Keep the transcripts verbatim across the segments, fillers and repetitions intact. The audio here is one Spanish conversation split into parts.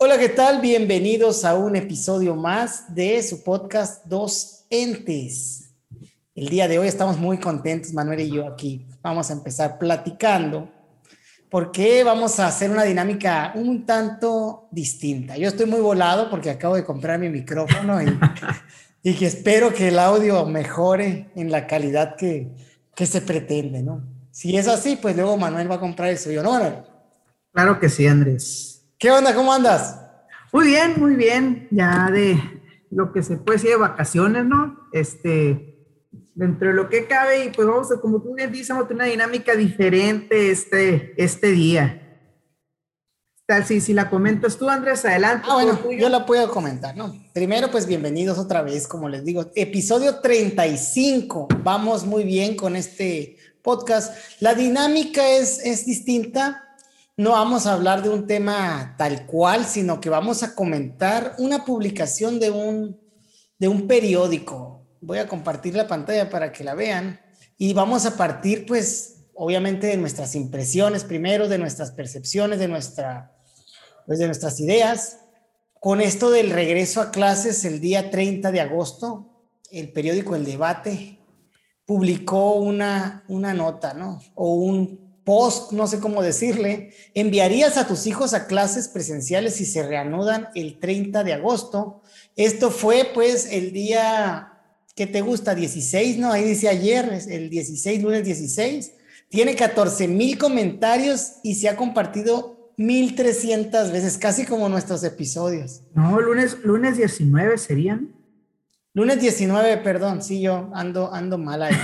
Hola, ¿qué tal? Bienvenidos a un episodio más de su podcast Dos Entes. El día de hoy estamos muy contentos, Manuel y yo aquí. Vamos a empezar platicando porque vamos a hacer una dinámica un tanto distinta. Yo estoy muy volado porque acabo de comprar mi micrófono y, y que espero que el audio mejore en la calidad que, que se pretende, ¿no? Si es así, pues luego Manuel va a comprar el suyo, ¿no, Manuel? Claro que sí, Andrés. ¿Qué onda? ¿Cómo andas? Muy bien, muy bien. Ya de lo que se puede decir de vacaciones, ¿no? Este, dentro de lo que cabe, y pues vamos a, como tú bien dices, vamos a tener una dinámica diferente este, este día. Tal, si, si la comentas tú, Andrés, adelante, Ah, todo bueno, yo tuyo. la puedo comentar, ¿no? Primero, pues bienvenidos otra vez, como les digo, episodio treinta y cinco. Vamos muy bien con este podcast. La dinámica es, es distinta. No vamos a hablar de un tema tal cual, sino que vamos a comentar una publicación de un, de un periódico. Voy a compartir la pantalla para que la vean y vamos a partir, pues, obviamente de nuestras impresiones primero, de nuestras percepciones, de nuestra, pues, de nuestras ideas. Con esto del regreso a clases el día treinta de agosto, el periódico El Debate publicó una, una nota, ¿no? O un post, no sé cómo decirle. ¿Enviarías a tus hijos a clases presenciales si se reanudan el treinta de agosto? Esto fue pues el día que te gusta, dieciséis, ¿no? Ahí dice ayer, el dieciséis, lunes dieciséis. Tiene catorce mil comentarios y se ha compartido mil trescientas veces, casi como nuestros episodios. No, lunes, lunes diecinueve serían. Lunes diecinueve, perdón, sí, yo ando, ando mal ahí.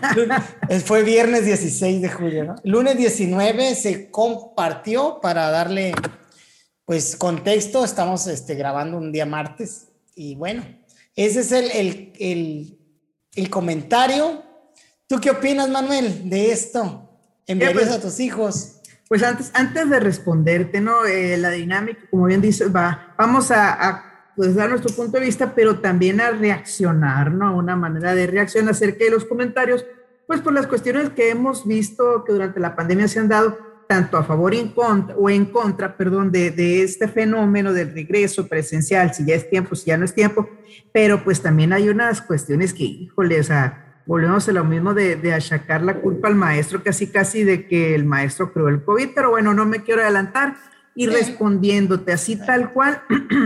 Fue viernes dieciséis de julio, ¿no? Lunes diecinueve se compartió para darle, pues, contexto. Estamos este, grabando un día martes y bueno, ese es el, el, el, el comentario. ¿Tú qué opinas, Manuel, de esto? Eh, ¿Enviarías pues, a tus hijos? pues antes, antes de responderte, ¿no? Eh, la dinámica, como bien dices, va, vamos a, a pues, dar nuestro punto de vista, pero también a reaccionar, ¿no? Una manera de reacción acerca de los comentarios, pues por las cuestiones que hemos visto que durante la pandemia se han dado, tanto a favor y en contra, o en contra, perdón, de, de este fenómeno del regreso presencial, si ya es tiempo, si ya no es tiempo, pero pues también hay unas cuestiones que, híjole, o sea, volvemos a lo mismo de, de achacar la culpa al maestro, casi casi de que el maestro creó el COVID, pero bueno, no me quiero adelantar y Sí. respondiéndote así tal cual,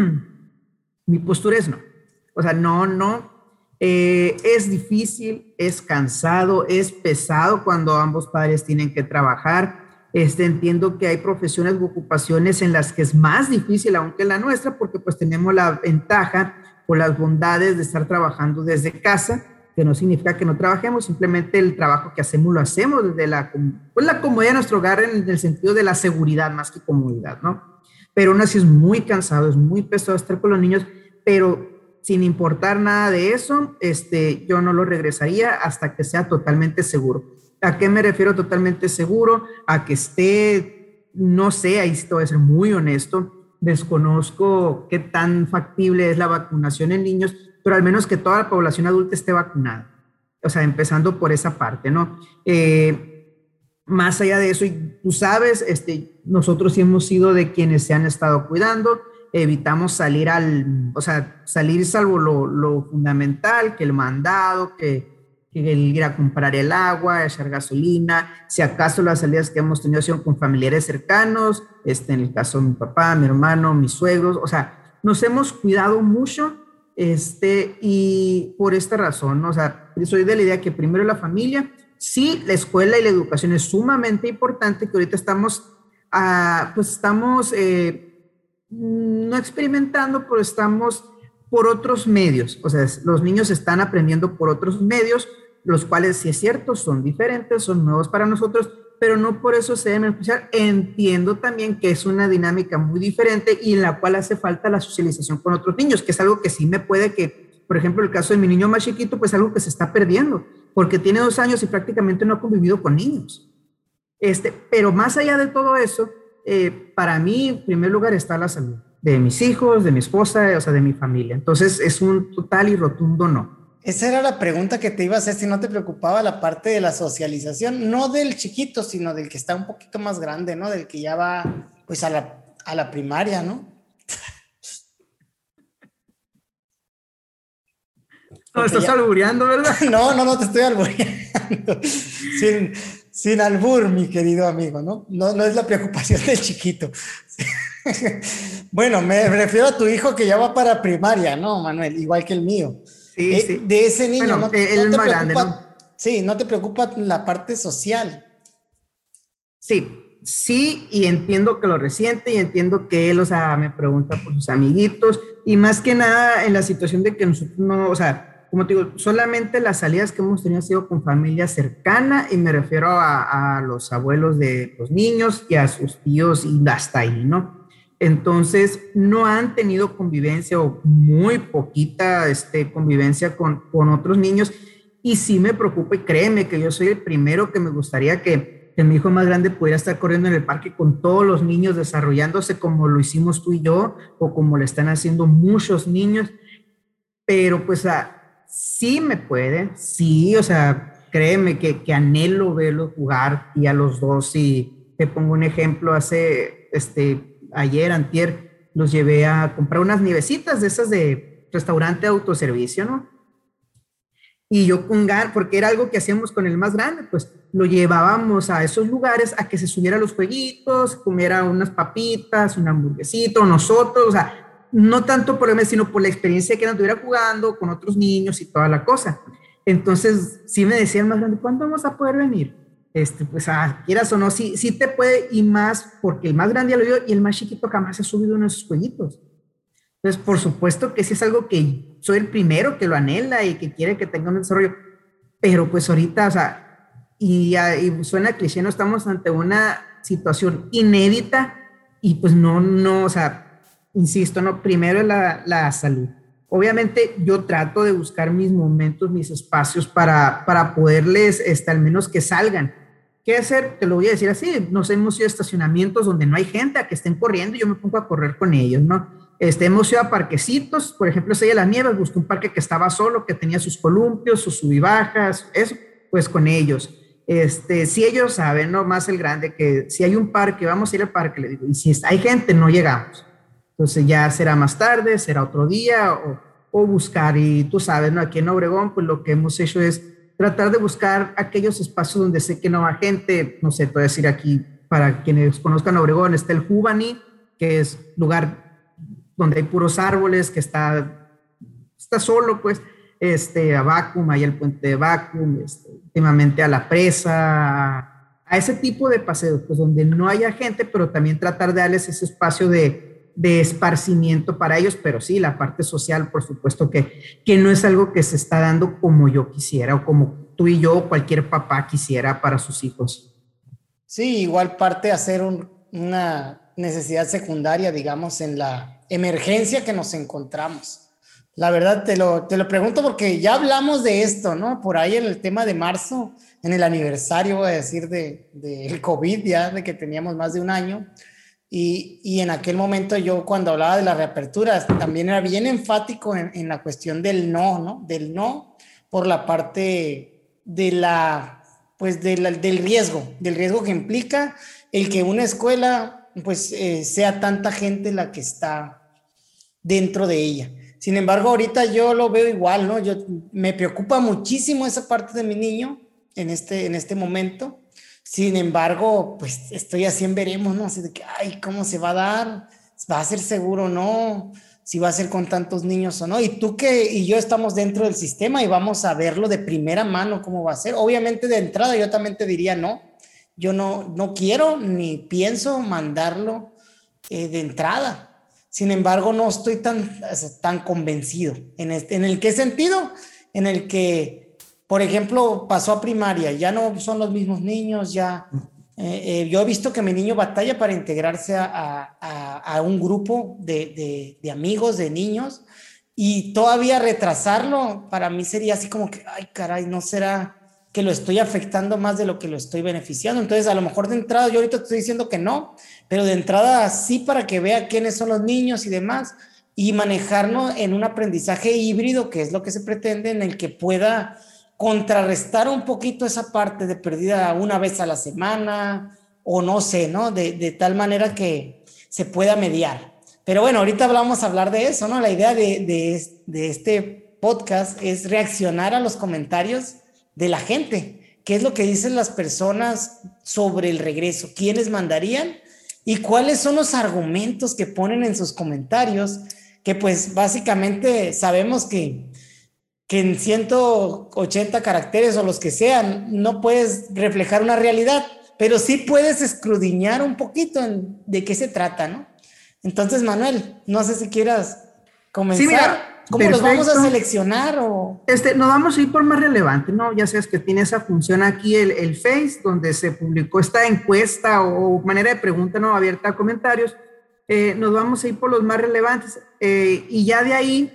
mi postura es no. O sea, no, no. Eh, es difícil, es cansado, es pesado cuando ambos padres tienen que trabajar. Este, entiendo que hay profesiones u ocupaciones en las que es más difícil aún que la nuestra porque pues tenemos la ventaja o las bondades de estar trabajando desde casa, que no significa que no trabajemos, simplemente el trabajo que hacemos lo hacemos desde la, pues, la comodidad de nuestro hogar en el sentido de la seguridad más que comodidad, ¿no? Pero aún así es muy cansado, es muy pesado estar con los niños, pero sin importar nada de eso, este, yo no lo regresaría hasta que sea totalmente seguro. ¿A qué me refiero totalmente seguro? A que esté, no sé, ahí sí te voy a ser muy honesto, desconozco qué tan factible es la vacunación en niños, pero al menos que toda la población adulta esté vacunada. O sea, empezando por esa parte, ¿no? Eh, más allá de eso, y tú sabes, este, nosotros sí hemos sido de quienes se han estado cuidando, evitamos salir al, o sea, salir salvo lo, lo fundamental, que el mandado, que, que el ir a comprar el agua, echar gasolina, si acaso las salidas que hemos tenido son con familiares cercanos, este, en el caso de mi papá, mi hermano, mis suegros, o sea, nos hemos cuidado mucho, este, y por esta razón, ¿no? O sea, soy de la idea que primero la familia, sí, la escuela y la educación es sumamente importante, que ahorita estamos, ah, pues estamos... Eh, no experimentando, pero estamos por otros medios. O sea, los niños están aprendiendo por otros medios, los cuales, si es cierto, son diferentes, son nuevos para nosotros, pero no por eso se deben especial. Entiendo también que es una dinámica muy diferente y en la cual hace falta la socialización con otros niños, que es algo que sí me puede que, por ejemplo, el caso de mi niño más chiquito, pues algo que se está perdiendo, porque tiene dos años y prácticamente no ha convivido con niños. Este, pero más allá de todo eso, eh, para mí, en primer lugar, está la salud de mis hijos, de mi esposa, o sea, de mi familia. Entonces, es un total y rotundo no. Esa era la pregunta que te iba a hacer, si no te preocupaba la parte de la socialización, no del chiquito, sino del que está un poquito más grande, ¿no? Del que ya va, pues, a la, a la primaria, ¿no? No, estás ya... albureando, ¿verdad? No, no, no te estoy albureando. Sin, sin albur, mi querido amigo, ¿no? No, no es la preocupación del chiquito. Bueno, me refiero a tu hijo que ya va para primaria, ¿no, Manuel? Igual que el mío. Sí, Eh, sí. de ese niño, Bueno, no, él no es te más preocupa, grande, ¿no? sí, no te preocupa la parte social. Sí, sí, y entiendo que lo resiente y entiendo que él, o sea, me pregunta por sus amiguitos y más que nada en la situación de que nosotros no, o sea, como te digo, solamente las salidas que hemos tenido han sido con familia cercana y me refiero a, a los abuelos de los niños y a sus tíos y hasta ahí, ¿no? Entonces, no han tenido convivencia o muy poquita este, convivencia con, con otros niños y sí me preocupa y créeme que yo soy el primero que me gustaría que que mi hijo más grande pudiera estar corriendo en el parque con todos los niños desarrollándose como lo hicimos tú y yo o como le están haciendo muchos niños, pero pues ah, sí me puede, sí, o sea, créeme que, que anhelo verlo jugar y a los dos y te pongo un ejemplo, hace, este, ayer, antier, los llevé a comprar unas nievecitas de esas de restaurante de autoservicio, ¿no? Y yo con ganas, porque era algo que hacíamos con el más grande, pues lo llevábamos a esos lugares a que se subiera a los jueguitos, comiera unas papitas, una hamburguesita, o nosotros, o sea, no tanto por el sino por la experiencia que nos estuviera jugando con otros niños y toda la cosa. Entonces, sí me decía el más grande, ¿cuándo vamos a poder venir? Este, pues, ah, quieras o no, sí, sí te puede, y más porque el más grande ya lo vio y el más chiquito jamás se ha subido a uno de esos jueguitos. Entonces, por supuesto que sí es algo que soy el primero que lo anhela y que quiere que tenga un desarrollo, pero pues ahorita, o sea, y, y suena cliché, no estamos ante una situación inédita y pues no, no, o sea, insisto, no, primero es la, la salud. Obviamente yo trato de buscar mis momentos, mis espacios para, para poderles, este, al menos que salgan. ¿Qué hacer? Te lo voy a decir así, nos hemos ido a estacionamientos donde no hay gente, a que estén corriendo y yo me pongo a correr con ellos, ¿no? Este, hemos ido a parquecitos, por ejemplo, ese de las Nieves, busqué un parque que estaba solo, que tenía sus columpios, sus subibajas, eso, pues con ellos. Este, si ellos saben, no más el grande, que si hay un parque, vamos a ir al parque, le digo, y si hay gente, no llegamos. Entonces ya será más tarde, será otro día, o, o buscar, y tú sabes, ¿no? Aquí en Obregón, pues lo que hemos hecho es tratar de buscar aquellos espacios donde sé que no va gente, no sé, te voy a decir aquí, para quienes conozcan Obregón, está el Jubani, que es lugar donde hay puros árboles, que está, está solo, pues, este, a Vacum, ahí el puente de Vacum, este, últimamente a la presa, a ese tipo de paseos, pues, donde no haya gente, pero también tratar de darles ese espacio de, de esparcimiento para ellos, pero sí, la parte social, por supuesto que, que no es algo que se está dando como yo quisiera, o como tú y yo, o cualquier papá quisiera para sus hijos. Sí, igual parte hacer un, una necesidad secundaria, digamos, en la emergencia que nos encontramos. La verdad, te lo, te lo pregunto porque ya hablamos de esto, ¿no? Por ahí en el tema de marzo, en el aniversario, voy a decir, del de, de COVID, ya de que teníamos más de un año. Y, y en aquel momento yo cuando hablaba de la reapertura también era bien enfático en, en la cuestión del no, ¿no? Del no por la parte de la, pues de la, del riesgo, del riesgo que implica el que una escuela pues eh, sea tanta gente la que está dentro de ella. Sin embargo, ahorita yo lo veo igual, ¿no? Yo, me preocupa muchísimo esa parte de mi niño en este, en este momento. Sin embargo, pues estoy así en veremos, ¿no? Así de que, ay, ¿cómo se va a dar? ¿Va a ser seguro o no? Si va a ser con tantos niños o no. Y tú que y yo estamos dentro del sistema y vamos a verlo de primera mano cómo va a ser. Obviamente de entrada yo también te diría no. Yo no, no quiero ni pienso mandarlo eh, de entrada. Sin embargo, no estoy tan, tan convencido. ¿En, este, ¿En el qué sentido? En el que, por ejemplo, pasó a primaria, ya no son los mismos niños, ya... Eh, eh, yo he visto que mi niño batalla para integrarse a, a, a un grupo de, de, de amigos, de niños, y todavía retrasarlo para mí sería así como que, ay caray, ¿no será que lo estoy afectando más de lo que lo estoy beneficiando? Entonces, a lo mejor de entrada, yo ahorita te estoy diciendo que no, pero de entrada sí para que vea quiénes son los niños y demás, y manejarlo en un aprendizaje híbrido, que es lo que se pretende, en el que pueda contrarrestar un poquito esa parte de perdida una vez a la semana, o no sé, ¿no? De, de tal manera que se pueda mediar. Pero bueno, ahorita vamos a hablar de eso, ¿no? La idea de, de, de este podcast es reaccionar a los comentarios de la gente. ¿Qué es lo que dicen las personas sobre el regreso? ¿Quiénes mandarían? ¿Y cuáles son los argumentos que ponen en sus comentarios? Que pues básicamente sabemos que, que en ciento ochenta caracteres o los que sean, no puedes reflejar una realidad, pero sí puedes escudriñar un poquito en, de qué se trata, ¿no? Entonces, Manuel, no sé si quieras comenzar. Sí, mira, ¿Cómo perfecto. los vamos a seleccionar? O... Este, nos vamos a ir por más relevante, ¿no? Ya sabes que tiene esa función aquí el, el Face, donde se publicó esta encuesta o manera de pregunta, ¿no? Abierta a comentarios. Eh, nos vamos a ir por los más relevantes eh, y ya de ahí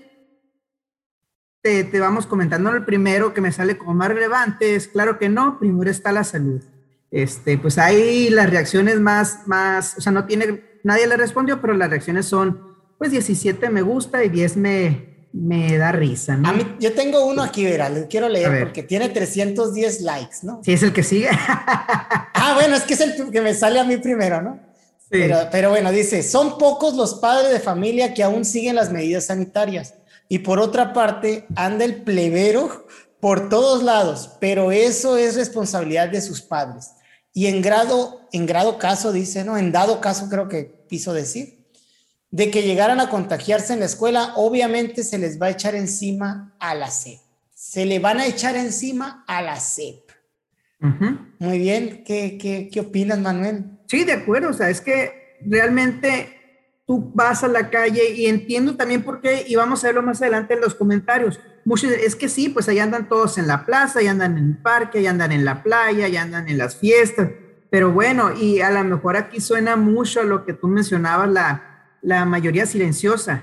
te, te vamos comentando. El primero que me sale como más relevante es, claro que no, primero está la salud. Este, pues ahí las reacciones más, más, o sea, no tiene, nadie le respondió, pero las reacciones son, pues diecisiete me gusta y diez me, me da risa, ¿no? A mí, yo tengo uno aquí, verá, les quiero leer porque tiene trescientos diez likes, ¿no? Sí, es el que sigue. Ah, bueno, es que es el que me sale a mí primero, ¿no? Sí. Pero, pero bueno, dice, son pocos los padres de familia que aún siguen las medidas sanitarias. Y por otra parte, anda el plebero por todos lados, pero eso es responsabilidad de sus padres. Y en grado, en grado caso, dice, ¿no? En dado caso, creo que quiso decir, de que llegaran a contagiarse en la escuela, obviamente se les va a echar encima a la S E P. Se le van a echar encima a la S E P. Uh-huh. Muy bien, ¿Qué, qué, ¿qué opinas, Manuel? Sí, de acuerdo, o sea, es que realmente tú vas a la calle y entiendo también por qué, y vamos a verlo más adelante en los comentarios. Muchos, es que sí, pues ahí andan todos en la plaza, ahí andan en el parque, ahí andan en la playa, ahí andan en las fiestas, pero bueno, y a lo mejor aquí suena mucho a lo que tú mencionabas, la, la mayoría silenciosa.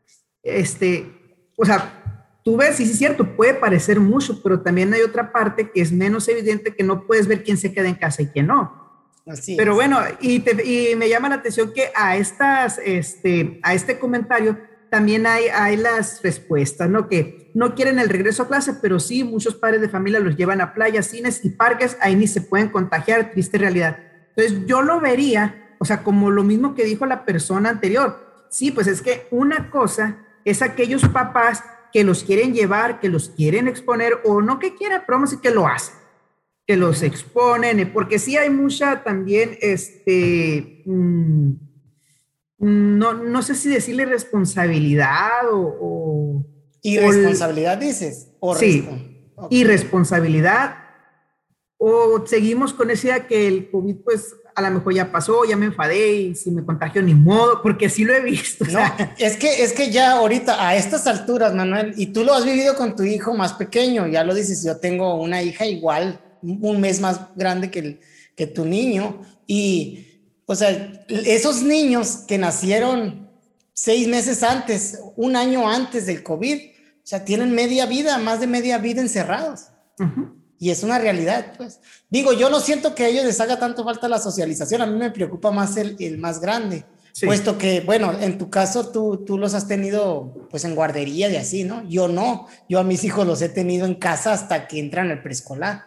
Este, o sea, tú ves, y sí es cierto, puede parecer mucho, pero también hay otra parte que es menos evidente, que no puedes ver quién se queda en casa y quién no. Así Pero es. bueno, y, te, y me llama la atención que a, estas, este, a este comentario también hay, hay las respuestas, ¿no? Que no quieren el regreso a clase, pero sí, muchos padres de familia los llevan a playas, cines y parques, ahí ni se pueden contagiar, triste realidad. Entonces yo lo vería, o sea, como lo mismo que dijo la persona anterior. Sí, pues es que una cosa es aquellos papás que los quieren llevar, que los quieren exponer, o no que quieran, pero vamos a decir que lo hacen, que los exponen, porque sí hay mucha también, este, mmm, no, no sé si decirle responsabilidad o... o ¿Irresponsabilidad o el, dices? O sí, okay. Irresponsabilidad, o seguimos con esa idea que el COVID pues a lo mejor ya pasó, ya me enfadé y si me contagio ni modo, porque sí lo he visto. No, o sea. es, que, es que ya ahorita a estas alturas, Manuel, y tú lo has vivido con tu hijo más pequeño, ya lo dices, yo tengo una hija igual, un mes más grande que, el, que tu niño, y o sea, esos niños que nacieron seis meses antes, un año antes del COVID, o sea, tienen media vida, más de media vida encerrados. Uh-huh. Y es una realidad, pues. Digo, yo no siento que a ellos les haga tanto falta la socialización, a mí me preocupa más el, el más grande, sí. Puesto que, bueno, en tu caso tú, tú los has tenido pues en guardería y así, ¿no? Yo no, yo a mis hijos los he tenido en casa hasta que entran al preescolar.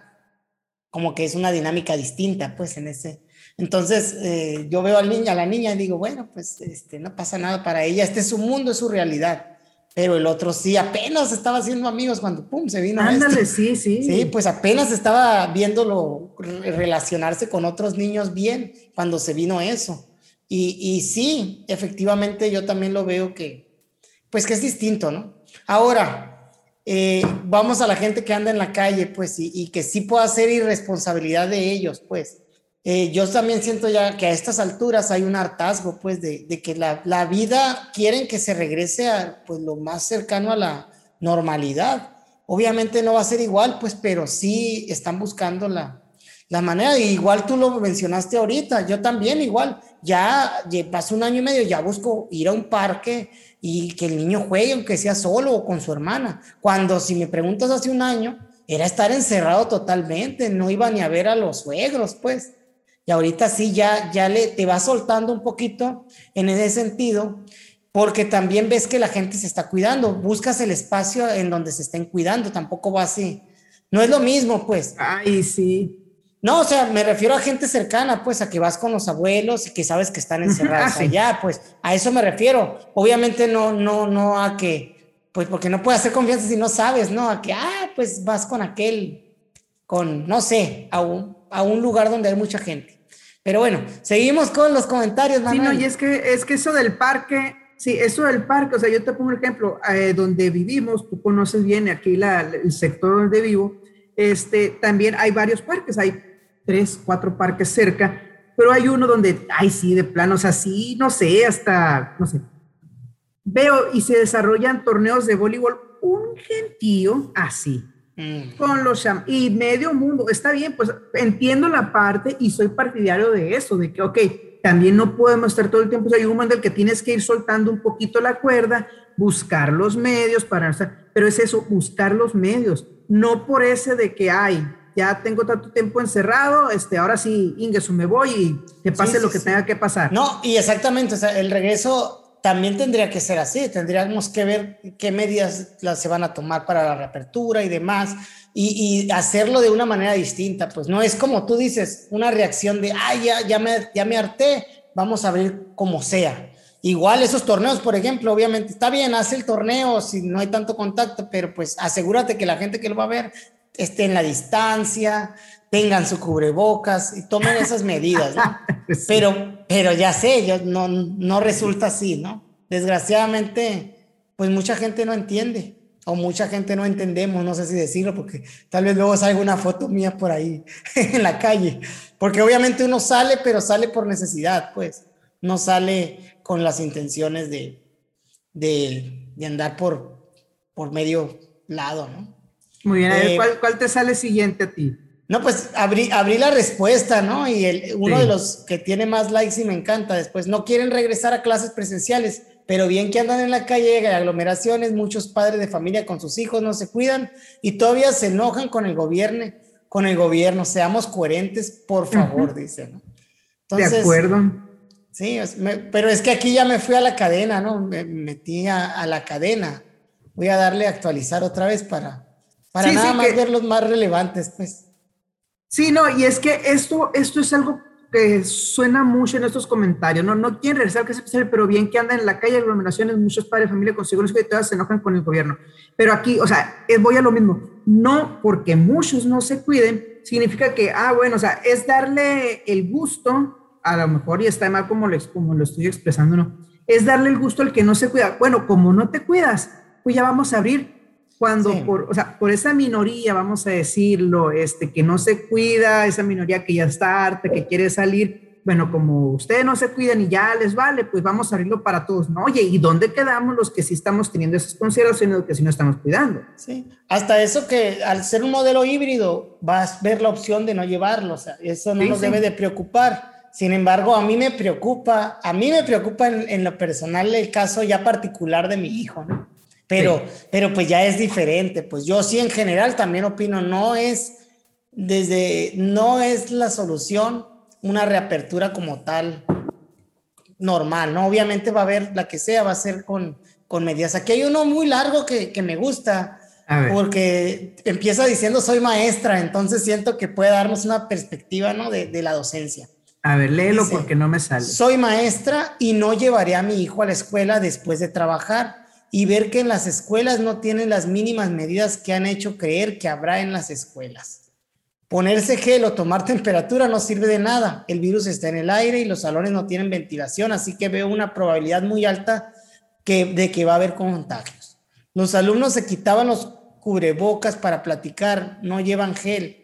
Como que es una dinámica distinta, pues, en ese... Entonces, eh, yo veo al niño, a la niña y digo, bueno, pues, este, no pasa nada para ella, este es su mundo, es su realidad. Pero el otro sí, apenas estaba haciendo amigos cuando, pum, se vino Ándale, esto. sí, sí. Sí, pues apenas estaba viéndolo relacionarse con otros niños bien cuando se vino eso. Y, y sí, efectivamente, yo también lo veo que, pues, que es distinto, ¿no? Ahora... Eh, vamos a la gente que anda en la calle, pues, y, y que sí pueda ser irresponsabilidad de ellos, pues. Eh, yo también siento ya que a estas alturas hay un hartazgo, pues, de, de que la, la vida quieren que se regrese a, pues, lo más cercano a la normalidad. Obviamente no va a ser igual, pues, pero sí están buscando la, la manera. Y igual tú lo mencionaste ahorita, yo también igual. Ya pasó un año y medio, ya busco ir a un parque y que el niño juegue, aunque sea solo o con su hermana. Cuando, si me preguntas hace un año, era estar encerrado totalmente, no iba ni a ver a los suegros, pues. Y ahorita sí, ya, ya le, te va soltando un poquito en ese sentido, porque también ves que la gente se está cuidando, buscas el espacio en donde se estén cuidando, tampoco va así. No es lo mismo, pues. Ay, sí. No, o sea, me refiero a gente cercana, pues, a que vas con los abuelos y que sabes que están encerrados uh-huh, ah, allá, sí. Pues, a eso me refiero. Obviamente no, no, no a que pues porque no puedes hacer confianza si no sabes, ¿no? A que, ah, pues vas con aquel, con, no sé, a un, a un lugar donde hay mucha gente. Pero bueno, seguimos con los comentarios, Manuel. Sí, no, y es que, es que eso del parque, sí, eso del parque, o sea, yo te pongo un ejemplo, eh, donde vivimos, tú conoces bien aquí la, el sector donde vivo, este, también hay varios parques, hay tres, cuatro parques cerca, pero hay uno donde, ay, sí, de plano, o sea, sí, no sé, hasta, no sé, veo y se desarrollan torneos de voleibol, un gentío así, mm. con los cham y medio mundo, está bien, pues entiendo la parte y soy partidario de eso, de que, ok, también no podemos estar todo el tiempo, o sea, hay un momento en el que tienes que ir soltando un poquito la cuerda, buscar los medios para, pero es eso, buscar los medios, no por ese de que, ay, ya tengo tanto tiempo encerrado, este, ahora sí, Ingesu, me voy y que pase sí, sí, lo que sí. tenga que pasar. No, y exactamente, o sea, el regreso también tendría que ser así, tendríamos que ver qué medidas las se van a tomar para la reapertura y demás, y, y hacerlo de una manera distinta, pues no es como tú dices, una reacción de, ay, ya, ya, me, ya me harté, vamos a abrir como sea. Igual esos torneos, por ejemplo, obviamente, está bien, haz el torneo si no hay tanto contacto, pero pues asegúrate que la gente que lo va a ver esté en la distancia, tengan su cubrebocas y tomen esas medidas, ¿no? Sí. Pero, pero ya sé, yo, no, no resulta así, ¿no? Desgraciadamente, pues mucha gente no entiende, o mucha gente no entendemos, no sé si decirlo, porque tal vez luego salga una foto mía por ahí en la calle, porque obviamente uno sale, pero sale por necesidad, pues, no sale con las intenciones de, de, de andar por, por medio lado, ¿no? Muy bien, a ver, eh, ¿cuál, ¿cuál te sale siguiente a ti? No, pues abrí, abrí la respuesta, ¿no? Y el, uno sí. de los que tiene más likes y me encanta después, no quieren regresar a clases presenciales, pero bien que andan en la calle, hay aglomeraciones, muchos padres de familia con sus hijos no se cuidan y todavía se enojan con el gobierno, con el gobierno, seamos coherentes, por favor, uh-huh. dice, ¿no? Entonces, de acuerdo. Sí, me, pero es que aquí ya me fui a la cadena, ¿no? Me metí a, a la cadena. Voy a darle a actualizar otra vez para... Para sí, nada sí, más que, ver los más relevantes, pues. Sí, no, y es que esto, esto es algo que suena mucho en estos comentarios, no, no quieren regresar, que se pero bien que andan en la calle, aglomeraciones, muchos padres de familia consigo y todas se enojan con el gobierno. Pero aquí, o sea, voy a lo mismo, no porque muchos no se cuiden, significa que, ah, bueno, o sea, es darle el gusto, a lo mejor, y está mal como lo, como lo estoy expresando, ¿no? Es darle el gusto al que no se cuida. Bueno, como no te cuidas, pues ya vamos a abrir. Cuando, sí. por, o sea, por esa minoría, vamos a decirlo, este, que no se cuida, esa minoría que ya está harta, que quiere salir, bueno, como ustedes no se cuidan y ya les vale, pues vamos a abrirlo para todos, ¿no? Oye, ¿y dónde quedamos los que sí estamos teniendo esas consideraciones o que sí no estamos cuidando? Sí, hasta eso que al ser un modelo híbrido vas a ver la opción de no llevarlo, o sea, eso no sí, nos sí. debe de preocupar. Sin embargo, a mí me preocupa, a mí me preocupa en, en lo personal el caso ya particular de mi hijo, ¿no? Pero, sí. pero pues ya es diferente, pues yo sí en general también opino, no es desde, no es la solución una reapertura como tal normal, ¿no? Obviamente va a haber la que sea, va a ser con, con medidas. Aquí hay uno muy largo que, que me gusta, porque empieza diciendo soy maestra, entonces siento que puede darnos una perspectiva, ¿no? de, de la docencia. A ver, léelo. Dice, porque no me sale. Soy maestra y no llevaré a mi hijo a la escuela después de trabajar y ver que en las escuelas no tienen las mínimas medidas que han hecho creer que habrá en las escuelas. Ponerse gel o tomar temperatura no sirve de nada. El virus está en el aire y los salones no tienen ventilación, así que veo una probabilidad muy alta que, de que va a haber contagios. Los alumnos se quitaban los cubrebocas para platicar, no llevan gel.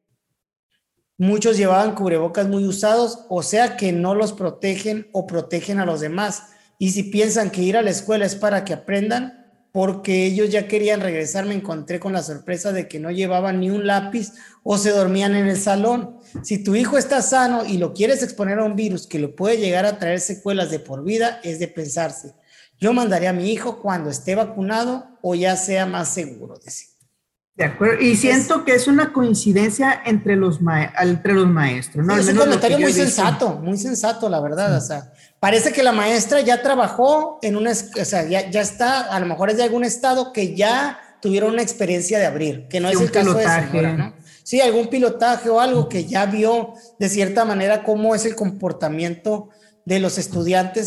Muchos llevaban cubrebocas muy usados, o sea que no los protegen o protegen a los demás. Y si piensan que ir a la escuela es para que aprendan, porque ellos ya querían regresar, me encontré con la sorpresa de que no llevaban ni un lápiz o se dormían en el salón. Si tu hijo está sano y lo quieres exponer a un virus que le puede llegar a traer secuelas de por vida, es de pensarse. Yo mandaré a mi hijo cuando esté vacunado o ya sea más seguro, decía. De acuerdo, y siento es, que es una coincidencia entre los, ma entre los maestros, ¿no? Sí, es un comentario muy sensato, muy sensato, la verdad, sí. O sea, parece que la maestra ya trabajó en una, o sea, ya, ya está, a lo mejor es de algún estado que ya tuvieron una experiencia de abrir, que no sí, es el caso pilotaje. de Sonora, ¿no? Sí, algún pilotaje o algo que ya vio de cierta manera cómo es el comportamiento de los estudiantes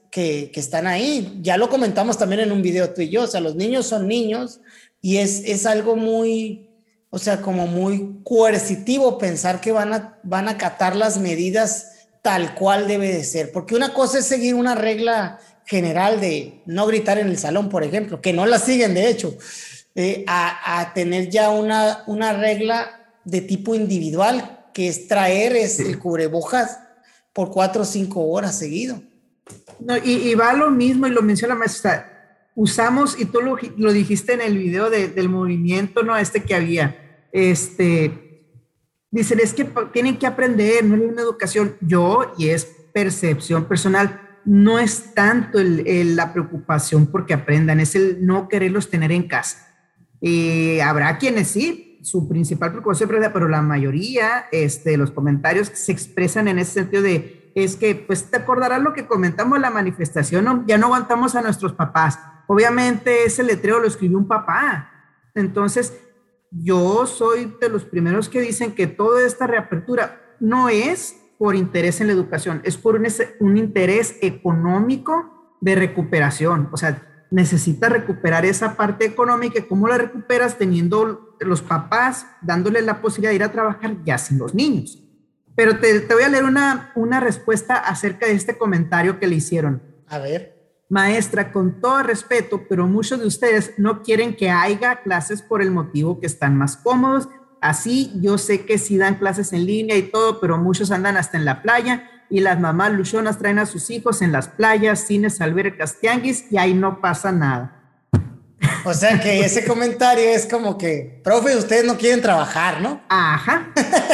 que, que están ahí. Ya lo comentamos también en un video tú y yo, o sea, los niños son niños y es, es algo muy, o sea, como muy coercitivo pensar que van a, van a acatar las medidas tal cual debe de ser, porque una cosa es seguir una regla general de no gritar en el salón, por ejemplo, que no la siguen de hecho, eh, a, a tener ya una, una regla de tipo individual, que es traer es el cubrebocas por cuatro o cinco horas seguido. No, y, y va lo mismo, y lo menciona la maestra, usamos, y tú lo, lo dijiste en el video de, del movimiento, ¿no? Este que había, este, dicen, es que tienen que aprender, no es una educación. Yo, y es percepción personal, no es tanto el, el, la preocupación porque aprendan, es el no quererlos tener en casa. Y habrá quienes sí, su principal preocupación, pero la mayoría, este, los comentarios se expresan en ese sentido de, es que, pues te acordarás lo que comentamos en la manifestación, ¿no? Ya no aguantamos a nuestros papás. Obviamente ese letrero lo escribió un papá. Entonces, yo soy de los primeros que dicen que toda esta reapertura no es por interés en la educación, es por un, un interés económico de recuperación. O sea, necesita recuperar esa parte económica. ¿Cómo la recuperas? Teniendo los papás, dándole la posibilidad de ir a trabajar ya sin los niños. Pero te, te voy a leer una, una respuesta acerca de este comentario que le hicieron. A ver. Maestra, con todo respeto, pero muchos de ustedes no quieren que haya clases por el motivo que están más cómodos. Así, yo sé que sí dan clases en línea y todo, pero muchos andan hasta en la playa y las mamás luchonas traen a sus hijos en las playas, cines, albercas, tianguis y ahí no pasa nada. O sea que ese comentario es como que, profe, ustedes no quieren trabajar, ¿no? Ajá.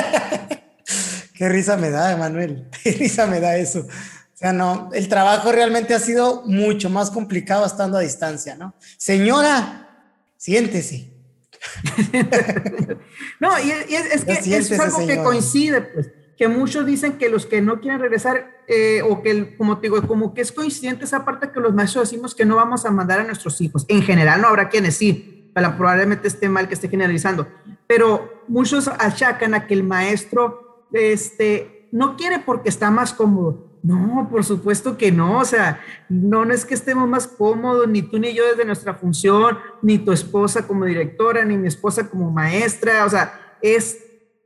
Qué risa me da, Emanuel. Qué risa me da eso. O sea, no, el trabajo realmente ha sido mucho más complicado estando a distancia, ¿no? Señora, siéntese. No, y es, es que eso es algo señora. que coincide, pues, que muchos dicen que los que no quieren regresar, eh, o que, el, como te digo, como que es coincidente esa parte que los maestros decimos que no vamos a mandar a nuestros hijos. En general no habrá quienes sí, pero probablemente esté mal que esté generalizando, pero muchos achacan a que el maestro este, no quiere porque está más cómodo. No, por supuesto que no, o sea, no, no es que estemos más cómodos, ni tú ni yo desde nuestra función, ni tu esposa como directora, ni mi esposa como maestra, o sea, es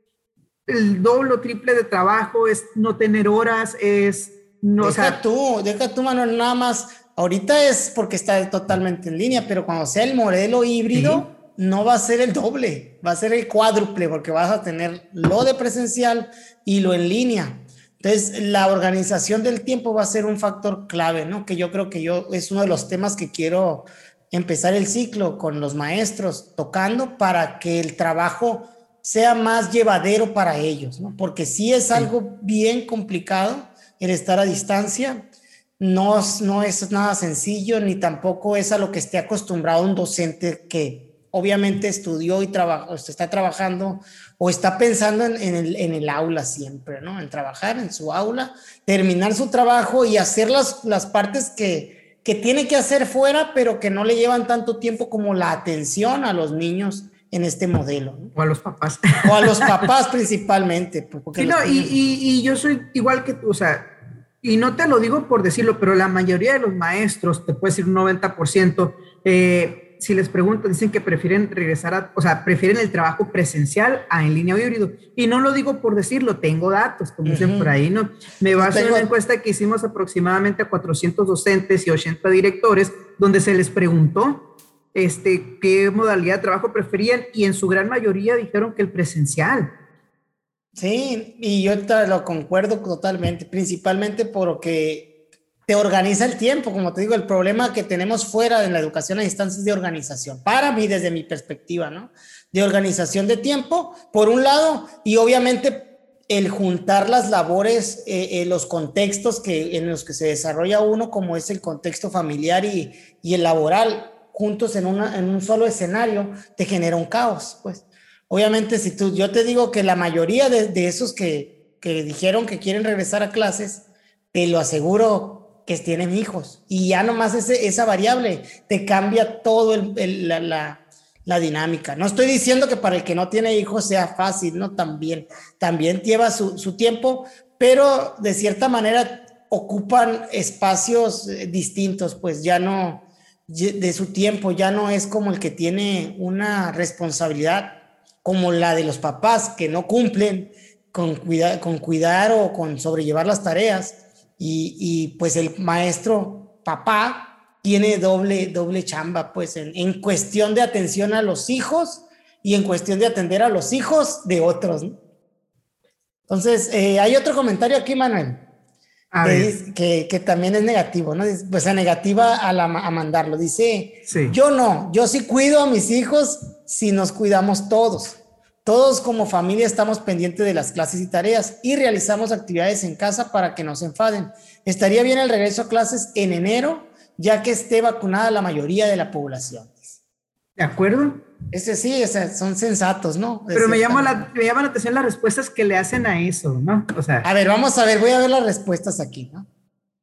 el doble o triple de trabajo, es no tener horas, es no, deja o sea, tú, deja tú, Manuel, nada más, ahorita es porque está totalmente en línea, pero cuando sea el modelo híbrido, sí, no va a ser el doble, va a ser el cuádruple, porque vas a tener lo de presencial y lo en línea. Entonces, la organización del tiempo va a ser un factor clave, ¿no? Que yo creo que yo es uno de los temas que quiero empezar el ciclo con los maestros tocando para que el trabajo sea más llevadero para ellos, ¿no? Porque sí es algo bien complicado el estar a distancia, no, no es nada sencillo, ni tampoco es a lo que esté acostumbrado un docente que obviamente estudió y trabajó, está trabajando o está pensando en, en, el, en el aula siempre, ¿no? En trabajar en su aula, terminar su trabajo y hacer las, las partes que, que tiene que hacer fuera, pero que no le llevan tanto tiempo como la atención a los niños en este modelo, ¿no? O a los papás. O a los papás principalmente. Sí, no, y, y, y yo soy igual que tú, o sea, y no te lo digo por decirlo, pero la mayoría de los maestros, te puedo decir un noventa por ciento, eh, si les pregunto, dicen que prefieren regresar a, o sea, prefieren el trabajo presencial a en línea o híbrido. Y no lo digo por decirlo, tengo datos, como uh-huh. dicen por ahí, ¿no? Me baso en una encuesta que hicimos aproximadamente a cuatrocientos docentes y ochenta directores, donde se les preguntó este, qué modalidad de trabajo preferían y en su gran mayoría dijeron que el presencial. Sí, y yo te lo concuerdo totalmente, principalmente porque te organiza el tiempo, como te digo, el problema que tenemos fuera de la educación a distancia es de organización, para mí desde mi perspectiva, ¿no? De organización de tiempo, por un lado, y obviamente el juntar las labores, eh, eh, los contextos que, en los que se desarrolla uno, como es el contexto familiar y, y el laboral, juntos en, una, en un solo escenario, te genera un caos, pues. Obviamente, si tú, yo te digo que la mayoría de, de esos que, que dijeron que quieren regresar a clases, te lo aseguro que tienen hijos, y ya nomás ese, esa variable te cambia todo el, el, la, la, la dinámica. No estoy diciendo que para el que no tiene hijos sea fácil, ¿no? También, también lleva su, su tiempo, pero de cierta manera ocupan espacios eh, distintos, pues ya no, de su tiempo, ya no es como el que tiene una responsabilidad como la de los papás que no cumplen con, cuida, con cuidar o con sobrellevar las tareas y, y pues el maestro papá tiene doble, doble chamba pues en, en cuestión de atención a los hijos y en cuestión de atender a los hijos de otros, ¿no? Entonces, eh, hay otro comentario aquí, Manuel, A que, ver. dice, que, que también es negativo, ¿no? Pues a negativa a, la, a mandarlo. Dice, Sí. yo no, yo sí cuido a mis hijos si nos cuidamos todos. Todos como familia estamos pendientes de las clases y tareas y realizamos actividades en casa para que no se enfaden. Estaría bien el regreso a clases en enero, ya que esté vacunada la mayoría de la población. ¿De acuerdo? Ese sí, o sea, son sensatos, ¿no? Pero me llama, la, me llama la atención las respuestas que le hacen a eso, ¿no? O sea. A ver, vamos a ver, voy a ver las respuestas aquí, ¿no?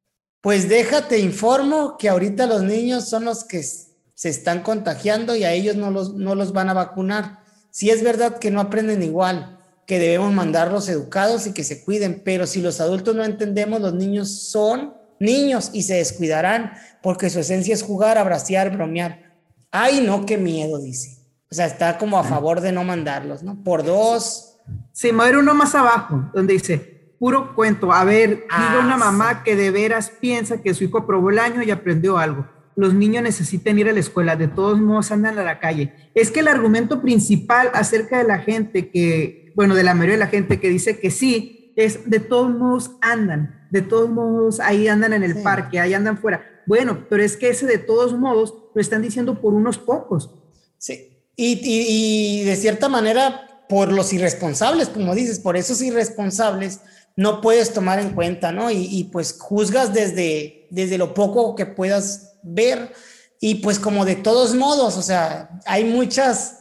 Pues déjate informo que ahorita los niños son los que se están contagiando y a ellos no los, no los van a vacunar. Sí es verdad que no aprenden igual, que debemos mandarlos educados y que se cuiden, pero si los adultos no entendemos, los niños son niños y se descuidarán porque su esencia es jugar, abracear, bromear. Ay, no, qué miedo, dice. O sea, está como a favor de no mandarlos, ¿no? Por dos. Sí, me voy a ir uno más abajo, donde dice, puro cuento. A ver, Ah, diga una mamá sí. que de veras piensa que su hijo aprobó el año y aprendió algo. Los niños necesitan ir a la escuela, de todos modos andan a la calle. Es que el argumento principal acerca de la gente que, bueno, de la mayoría de la gente que dice que sí, es de todos modos andan, de todos modos ahí andan en el sí. parque, ahí andan fuera. Bueno, pero es que ese de todos modos lo están diciendo por unos pocos. Sí. Y, y, y de cierta manera por los irresponsables, como dices, por esos irresponsables no puedes tomar en cuenta, ¿no? Y, y pues juzgas desde, desde lo poco que puedas ver y pues como de todos modos, o sea, hay muchas,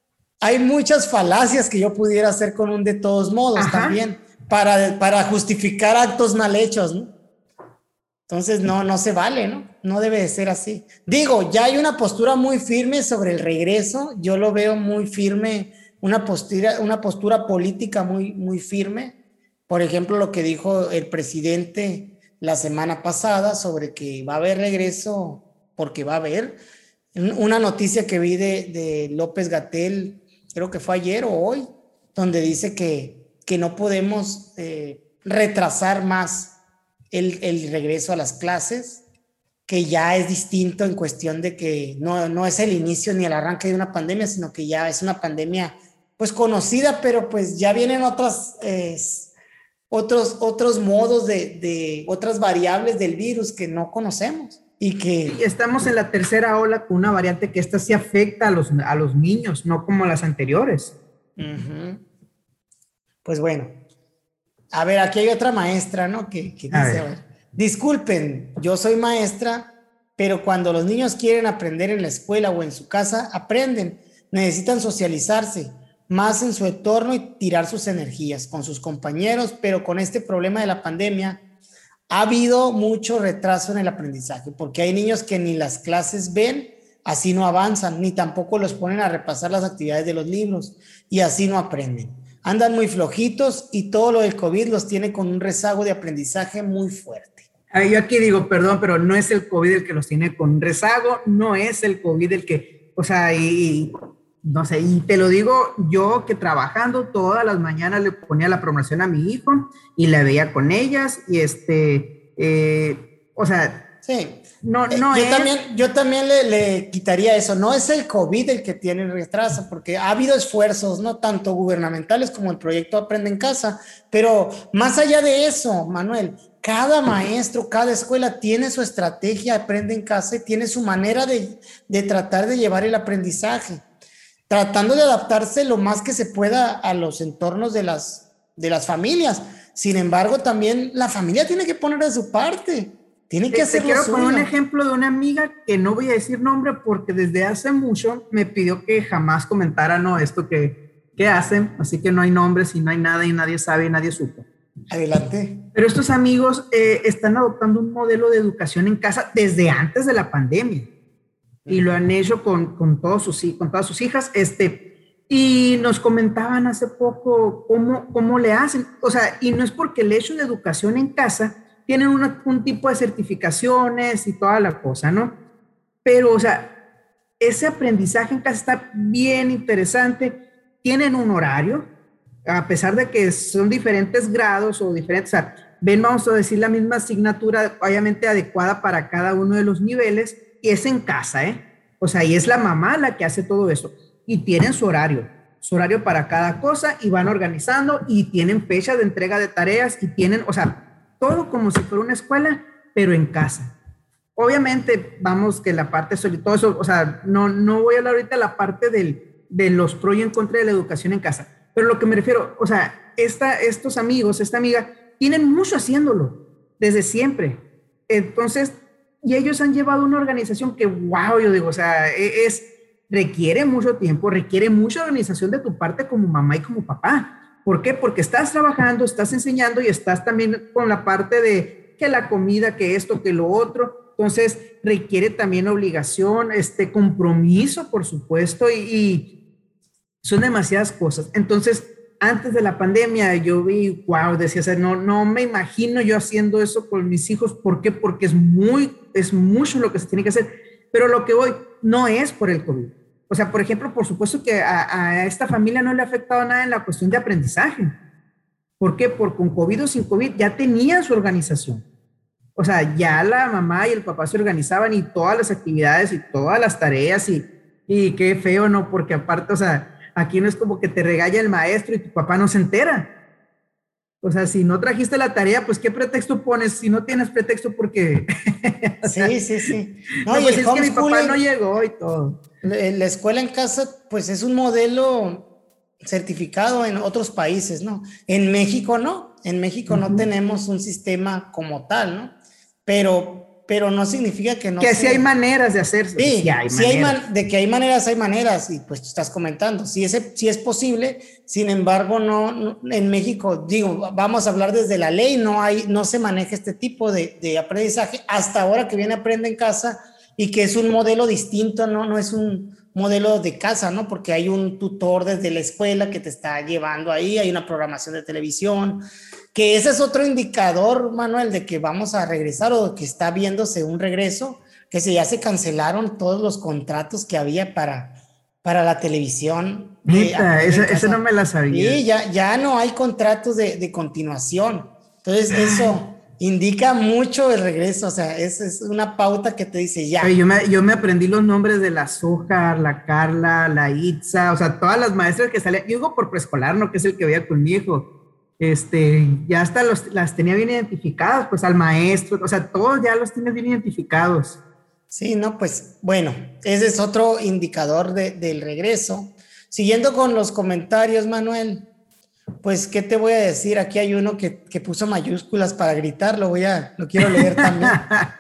hay muchas falacias que yo pudiera hacer con un de todos modos. Ajá. También para, para justificar actos mal hechos, ¿no? Entonces no, no se vale, ¿no? No debe de ser así. Digo, ya hay una postura muy firme sobre el regreso. Yo lo veo muy firme, una postura, una postura política muy, muy firme. Por ejemplo, lo que dijo el presidente la semana pasada sobre que va a haber regreso, porque va a haber. Una noticia que vi de, de López-Gatell, creo que fue ayer o hoy, donde dice que, que no podemos eh, retrasar más El, el regreso a las clases, que ya es distinto en cuestión de que no, no es el inicio ni el arranque de una pandemia, sino que ya es una pandemia pues conocida, pero pues ya vienen otras, eh, otros, otros modos de, de otras variables del virus que no conocemos. Y que y estamos en la tercera ola con una variante que esta sí afecta a los, a los niños, no como las anteriores. Uh-huh. Pues bueno. A ver, aquí hay otra maestra, ¿no? Que, que dice, a ver. a ver, disculpen, yo soy maestra, pero cuando los niños quieren aprender en la escuela o en su casa, aprenden, necesitan socializarse, más en su entorno y tirar sus energías con sus compañeros, pero con este problema de la pandemia ha habido mucho retraso en el aprendizaje, porque hay niños que ni las clases ven, así no avanzan, ni tampoco los ponen a repasar las actividades de los libros, y así no aprenden. Andan muy flojitos y todo lo del COVID los tiene con un rezago de aprendizaje muy fuerte. Ay, yo aquí digo, perdón, pero no es el COVID el que los tiene con rezago, no es el COVID el que, o sea, y no sé, y te lo digo yo que trabajando todas las mañanas le ponía la programación a mi hijo y la veía con ellas y este, eh, o sea, sí. No, no yo, es... también, yo también le, le quitaría eso. No es el COVID el que tiene el retraso, porque ha habido esfuerzos, no tanto gubernamentales como el proyecto Aprende en Casa, pero más allá de eso, Manuel, cada maestro, cada escuela tiene su estrategia Aprende en Casa y tiene su manera de, de tratar de llevar el aprendizaje, tratando de adaptarse lo más que se pueda a los entornos de las, de las familias. Sin embargo, también la familia tiene que poner de su parte. Tienen que hacer. Te quiero poner un ejemplo de una amiga que no voy a decir nombre porque desde hace mucho me pidió que jamás comentara no esto que, que hacen, así que no hay nombres y no hay nada y nadie sabe y nadie supo. Adelante. Pero estos amigos eh, están adoptando un modelo de educación en casa desde antes de la pandemia uh-huh. y lo han hecho con, con, todos sus, con todas sus hijas. Este, y nos comentaban hace poco cómo, cómo le hacen, o sea, y no es porque el hecho de educación en casa tienen una, un tipo de certificaciones y toda la cosa, ¿no? Pero, o sea, ese aprendizaje en casa está bien interesante. Tienen un horario, a pesar de que son diferentes grados o diferentes, o sea, ven, vamos a decir, la misma asignatura, obviamente adecuada para cada uno de los niveles, y es en casa, ¿eh? O sea, y es la mamá la que hace todo eso. Y tienen su horario, su horario para cada cosa, y van organizando, y tienen fechas de entrega de tareas, y tienen, o sea, todo como si fuera una escuela, pero en casa. Obviamente, vamos, que la parte sobre todo eso, o sea, no, no voy a hablar ahorita de la parte del, de los pro y en contra de la educación en casa, pero lo que me refiero, o sea, esta, estos amigos, esta amiga, tienen mucho haciéndolo, desde siempre. Entonces, y ellos han llevado una organización que, wow, yo digo, o sea, es, requiere mucho tiempo, requiere mucha organización de tu parte como mamá y como papá. ¿Por qué? Porque estás trabajando, estás enseñando y estás también con la parte de que la comida, que esto, que lo otro. Entonces, requiere también obligación, este compromiso, por supuesto, y, y son demasiadas cosas. Entonces, antes de la pandemia, yo vi, wow, decía, o sea, no, no me imagino yo haciendo eso con mis hijos. ¿Por qué? Porque es muy, es mucho lo que se tiene que hacer. Pero lo que voy, no es por el COVID. O sea, por ejemplo, por supuesto que a, a esta familia no le ha afectado nada en la cuestión de aprendizaje. ¿Por qué? Porque con COVID o sin COVID ya tenían su organización. O sea, ya la mamá y el papá se organizaban y todas las actividades y todas las tareas y, y qué feo, ¿no? Porque aparte, o sea, aquí no es como que te regaña el maestro y tu papá no se entera. O sea, si no trajiste la tarea, pues ¿qué pretexto pones? Si no tienes pretexto, porque... sea, sí, sí, sí. No, no pues es que mi papá no llegó y todo. La escuela en casa, pues es un modelo certificado en otros países, ¿no? En México no. En México uh-huh. no tenemos un sistema como tal, ¿no? Pero, pero no significa que no. Que sí hay maneras de hacerse. Sí, sí hay, sí hay man, de que hay maneras, hay maneras, y pues tú estás comentando, sí es, sí es posible, sin embargo, no, no, en México, digo, vamos a hablar desde la ley, no hay, no se maneja este tipo de, de aprendizaje, hasta ahora que viene Aprende en Casa, y que es un modelo distinto, no, no es un modelo de casa, ¿no? Porque hay un tutor desde la escuela que te está llevando ahí, hay una programación de televisión, que ese es otro indicador, Manuel, de que vamos a regresar o que está viéndose un regreso, que se, ya se cancelaron todos los contratos que había para, para la televisión. Neta, esa, esa no me la sabía. Sí, ya, ya no hay contratos de, de continuación. Entonces, eso indica mucho el regreso, o sea, es, es una pauta que te dice ya. Oye, yo, me, yo me aprendí los nombres de la Zújar, la Carla, la Itza, o sea, todas las maestras que salían, yo digo por preescolar, ¿no? Que es el que veía con mi hijo. Este, ya hasta los, las tenía bien identificadas, pues al maestro, o sea, todos ya los tienes bien identificados. Sí, no, pues bueno, ese es otro indicador de, del regreso. Siguiendo con los comentarios, Manuel, pues, ¿qué te voy a decir? Aquí hay uno que, que puso mayúsculas para gritar, lo voy a, lo quiero leer también.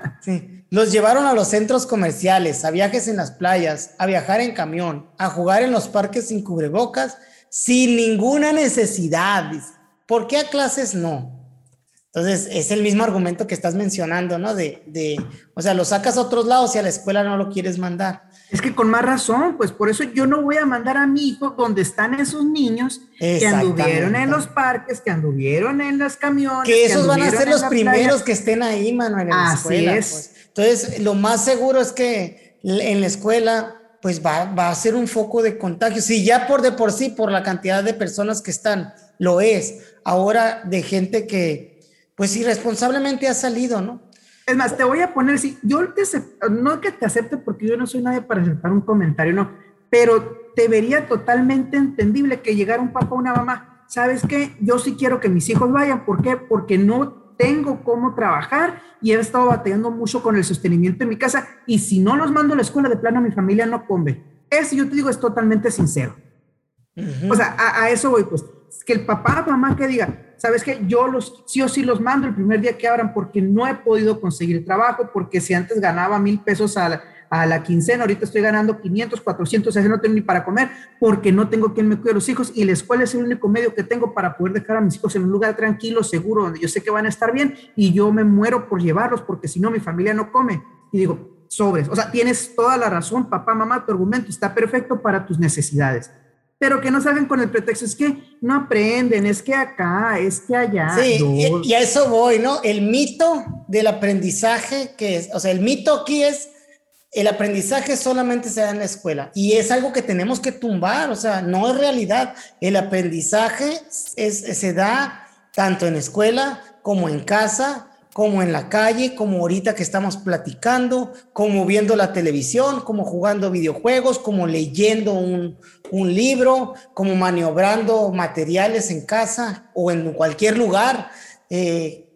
Sí. Los llevaron a los centros comerciales, a viajes en las playas, a viajar en camión, a jugar en los parques sin cubrebocas, sin ninguna necesidad. ¿Por qué a clases no? Entonces, es el mismo argumento que estás mencionando, ¿no? De, de, o sea, lo sacas a otros lados y a la escuela no lo quieres mandar. Es que con más razón, pues por eso yo no voy a mandar a mi hijo donde están esos niños que anduvieron en los parques, que anduvieron en los camiones. Que esos que van a ser los primeros playa. Que estén ahí, mano, en la Así escuela. Es. Pues. Entonces, lo más seguro es que en la escuela, pues va, va a ser un foco de contagio. Si ya por de por sí, por la cantidad de personas que están, lo es. Ahora de gente que, pues irresponsablemente ha salido, ¿no? Es más, te voy a poner, sí, yo te acepto, no que te acepte porque yo no soy nadie para aceptar un comentario, no, pero te vería totalmente entendible que llegara un papá o una mamá, ¿sabes qué? Yo sí quiero que mis hijos vayan, ¿por qué? Porque no tengo cómo trabajar y he estado batallando mucho con el sostenimiento en mi casa y si no los mando a la escuela de plano, mi familia no come. Eso yo te digo es totalmente sincero. Uh-huh. O sea, a, a eso voy, pues, que el papá o mamá que diga, ¿sabes qué? Yo los, sí o sí los mando el primer día que abran porque no he podido conseguir trabajo, porque si antes ganaba mil pesos a la, a la quincena, ahorita estoy ganando quinientos, cuatrocientos, o sea, no tengo ni para comer porque no tengo quien me cuide a los hijos y la escuela es el único medio que tengo para poder dejar a mis hijos en un lugar tranquilo, seguro, donde yo sé que van a estar bien y yo me muero por llevarlos porque si no mi familia no come. Y digo, sobres, o sea, tienes toda la razón, papá, mamá, tu argumento está perfecto para tus necesidades. pero que no salgan con el pretexto, es que no aprenden, es que acá, es que allá. Sí, no. y, y a eso voy, ¿no? El mito del aprendizaje, que es, o sea, el mito aquí es, el aprendizaje solamente se da en la escuela, y es algo que tenemos que tumbar, o sea, no es realidad. El aprendizaje es, se da tanto en escuela como en casa, como en la calle, como ahorita que estamos platicando, como viendo la televisión, como jugando videojuegos, como leyendo un, un libro, como maniobrando materiales en casa o en cualquier lugar, eh,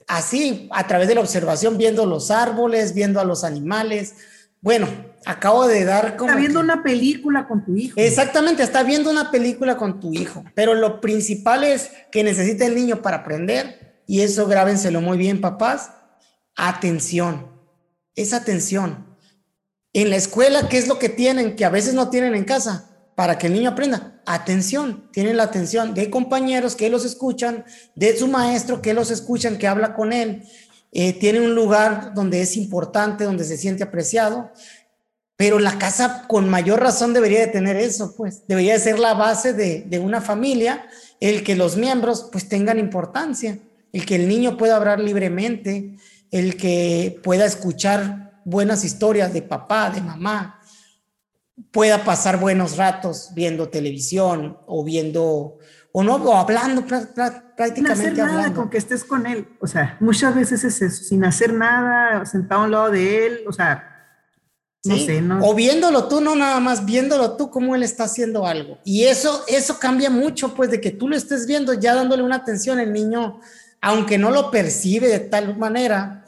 así, a través de la observación, viendo los árboles, viendo a los animales. Bueno, acabo de dar como... Está viendo que, una película con tu hijo. Exactamente, está viendo una película con tu hijo, pero lo principal es que necesita el niño para aprender. Y eso grábenselo muy bien, papás. Atención, es atención. En la escuela, ¿qué es lo que tienen? Que a veces no tienen en casa, para que el niño aprenda. Atención, tienen la atención de compañeros que los escuchan, de su maestro que los escuchan, que habla con él. Eh, tiene un lugar donde es importante, donde se siente apreciado. Pero la casa con mayor razón debería de tener eso, pues. Debería de ser la base de, de una familia, el que los miembros pues tengan importancia. El que el niño pueda hablar libremente, el que pueda escuchar buenas historias de papá, de mamá, pueda pasar buenos ratos viendo televisión o viendo, o no, o hablando prácticamente. Sin hacer nada, hablando. con que estés con él. O sea, muchas veces es eso, sin hacer nada, sentado a un lado de él, o sea, no ¿sí? sé, ¿no? O viéndolo tú, no nada más, viéndolo tú cómo él está haciendo algo. Y eso, eso cambia mucho, pues, de que tú lo estés viendo, ya dándole una atención, el niño, aunque no lo percibe de tal manera,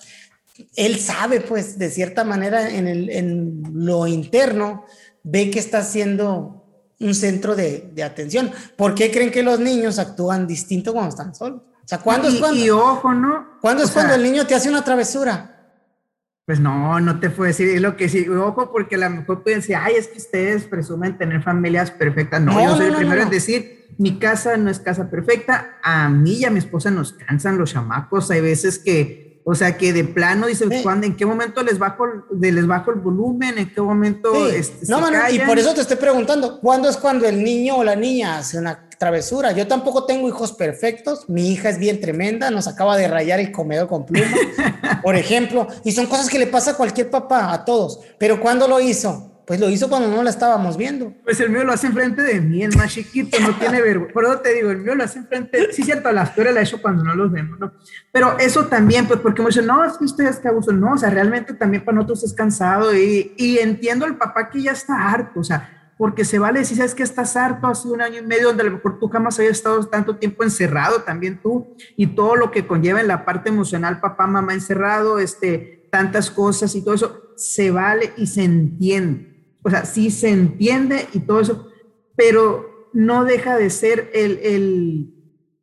él sabe, pues, de cierta manera, en, el, en lo interno, ve que está haciendo un centro de, de atención. ¿Por qué creen que los niños actúan distinto cuando están solos? O sea, ¿cuándo y, es cuando? Y ojo, ¿no? ¿Cuándo o es sea, cuando el niño te hace una travesura? Pues no, no te puedo decir, es lo que sí, ojo, porque a lo mejor pueden decir, ay, es que ustedes presumen tener familias perfectas. No, no yo soy no, el primero no, no. en decir, mi casa no es casa perfecta, a mí y a mi esposa nos cansan los chamacos, hay veces que, o sea, que de plano dicen, sí. ¿cuándo, en qué momento les bajo, les bajo el volumen? ¿En qué momento sí. este, no, se mano, callan? Y por eso te estoy preguntando, ¿cuándo es cuando el niño o la niña hace una travesura? Yo tampoco tengo hijos perfectos, mi hija es bien tremenda, nos acaba de rayar el comedor con pluma, por ejemplo, y son cosas que le pasa a cualquier papá, a todos, pero ¿cuándo lo hizo? Pues lo hizo cuando no la estábamos viendo. Pues el mío lo hace enfrente de mí, el más chiquito, no tiene vergüenza. Por eso te digo, el mío lo hace enfrente. Sí, cierto, las peores la he hecho cuando no los vemos, ¿no? Pero eso también, pues, porque me dicen, no, es que ustedes que abuso. No, o sea, realmente también para nosotros es cansado y, y entiendo al papá que ya está harto, o sea, porque se vale decir, sabes que estás harto hace un año y medio donde a lo mejor tú jamás habías estado tanto tiempo encerrado, también tú, y todo lo que conlleva en la parte emocional, papá, mamá encerrado, este, tantas cosas y todo eso, se vale y se entiende. O sea, sí se entiende y todo eso, pero no deja de ser el, el,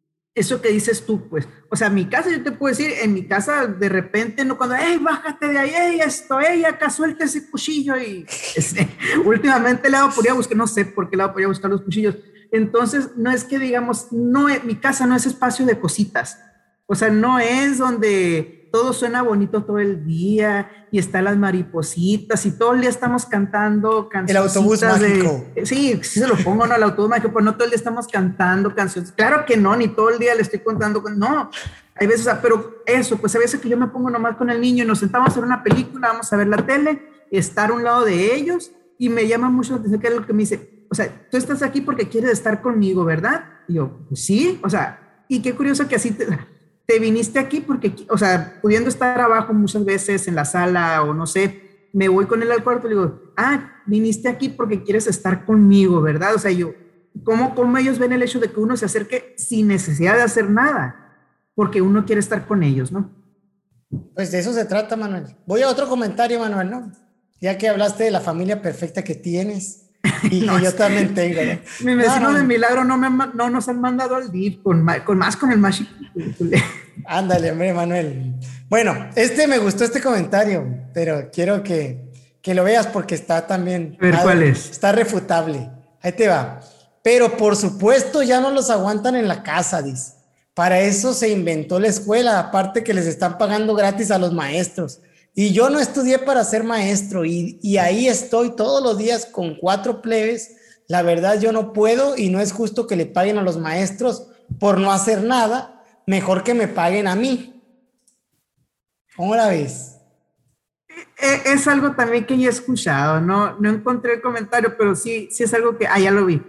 eso que dices tú, pues. O sea, en mi casa, yo te puedo decir, en mi casa, de repente, no cuando, hey, bájate de ahí, hey, esto, hey, acá suelta ese cuchillo. Y este, últimamente le hago por ir a buscar, no sé por qué le hago por ir a buscar los cuchillos. Entonces, no es que digamos, no, mi casa no es espacio de cositas. O sea, no es donde todo suena bonito todo el día y están las maripositas y todo el día estamos cantando canciones. El autobús mágico. De, sí, sí se lo pongo, ¿no? El autobús mágico, pero no todo el día estamos cantando canciones. Claro que no, ni todo el día le estoy contando. No, hay veces, o sea, pero eso, pues a veces que yo me pongo nomás con el niño y nos sentamos a ver una película, vamos a ver la tele, estar a un lado de ellos y me llama mucho la atención que es lo que me dice, o sea, tú estás aquí porque quieres estar conmigo, ¿verdad? Y yo, pues sí, o sea, y qué curioso que así te... te viniste aquí porque, o sea, pudiendo estar abajo muchas veces en la sala o no sé, me voy con él al cuarto y le digo, ah, viniste aquí porque quieres estar conmigo, ¿verdad? O sea, yo, ¿cómo, cómo ellos ven el hecho de que uno se acerque sin necesidad de hacer nada? Porque uno quiere estar con ellos, ¿no? Pues de eso se trata, Manuel. Voy a otro comentario, Manuel, ¿no? Ya que hablaste de la familia perfecta que tienes y no, que yo también tengo, ¿no? Mi vecino no, no, de milagro no, me, no nos han mandado al D I F, con, con más con el más chiquito. Ándale, hombre, Manuel. Bueno, este me gustó este comentario, pero quiero que, que lo veas porque está también... A ver, ¿cuál es? Está refutable. Ahí te va. Pero por supuesto ya no los aguantan en la casa, dice. Para eso se inventó la escuela, aparte que les están pagando gratis a los maestros. Y yo no estudié para ser maestro y, y ahí estoy todos los días con cuatro plebes la verdad yo no puedo y no es justo que le paguen a los maestros por no hacer nada, mejor que me paguen a mí. ¿Cómo la ves? Es algo también que ya he escuchado, no, no encontré el comentario, pero sí, sí es algo que, ah, ya lo vi.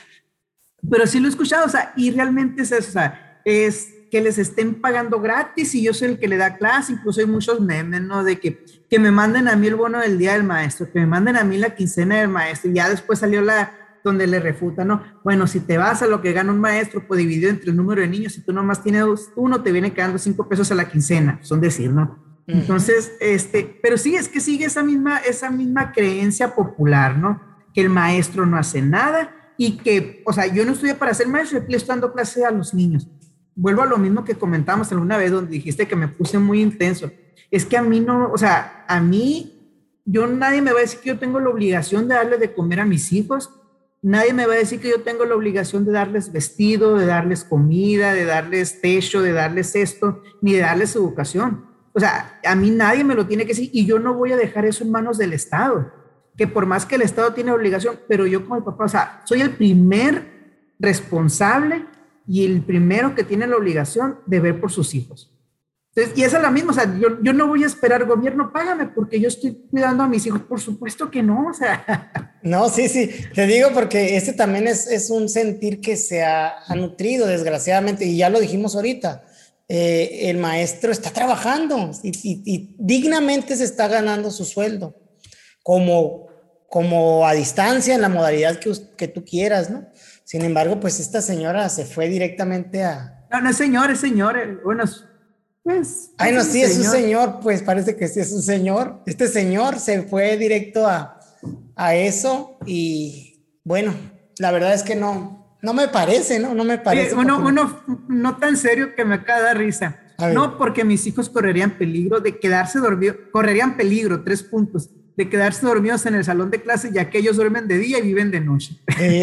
Pero sí lo he escuchado, o sea, y realmente es eso, o sea, es que les estén pagando gratis y yo soy el que le da clase, incluso hay muchos memes, ¿no? De que, que me manden a mí el bono del día del maestro, que me manden a mí la quincena del maestro, y ya después salió la, donde le refuta, ¿no? Bueno, si te vas a lo que gana un maestro, pues dividido entre el número de niños, si tú nomás tienes uno, te viene quedando cinco pesos a la quincena, son decir, ¿no? Entonces, este, pero sí, es que sigue esa misma, esa misma creencia popular, ¿no? Que el maestro no hace nada y que, o sea, yo no estudié para ser maestro, yo le estoy dando clase a los niños. Vuelvo a lo mismo que comentamos alguna vez donde dijiste que me puse muy intenso. Es que a mí no, o sea, a mí, yo nadie me va a decir que yo tengo la obligación de darle de comer a mis hijos, nadie me va a decir que yo tengo la obligación de darles vestido, de darles comida, de darles techo, de darles esto, ni de darles educación. O sea, a mí nadie me lo tiene que decir y yo no voy a dejar eso en manos del Estado, que por más que el Estado tiene obligación, pero yo como el papá, o sea, soy el primer responsable y el primero que tiene la obligación de ver por sus hijos. Entonces, y esa es la misma, o sea, yo, yo no voy a esperar, gobierno, págame porque yo estoy cuidando a mis hijos, por supuesto que no, o sea. No, sí, sí, te digo porque este también es, es un sentir que se ha, ha nutrido desgraciadamente y ya lo dijimos ahorita. Eh, el maestro está trabajando y, y, y dignamente se está ganando su sueldo, como, como a distancia en la modalidad que, que tú quieras, ¿no? Sin embargo, pues esta señora se fue directamente a... No, no es señor, es señor, eh, bueno, pues... Ay, no, sí, es un señor, pues parece que sí es un señor. Este señor se fue directo a, a eso y bueno, la verdad es que no... No me parece, ¿no? No me parece. Oye, uno, uno no tan serio que me acaba de dar risa. No, porque mis hijos correrían peligro de quedarse dormidos, correrían peligro, tres puntos, de quedarse dormidos en el salón de clase, ya que ellos duermen de día y viven de noche.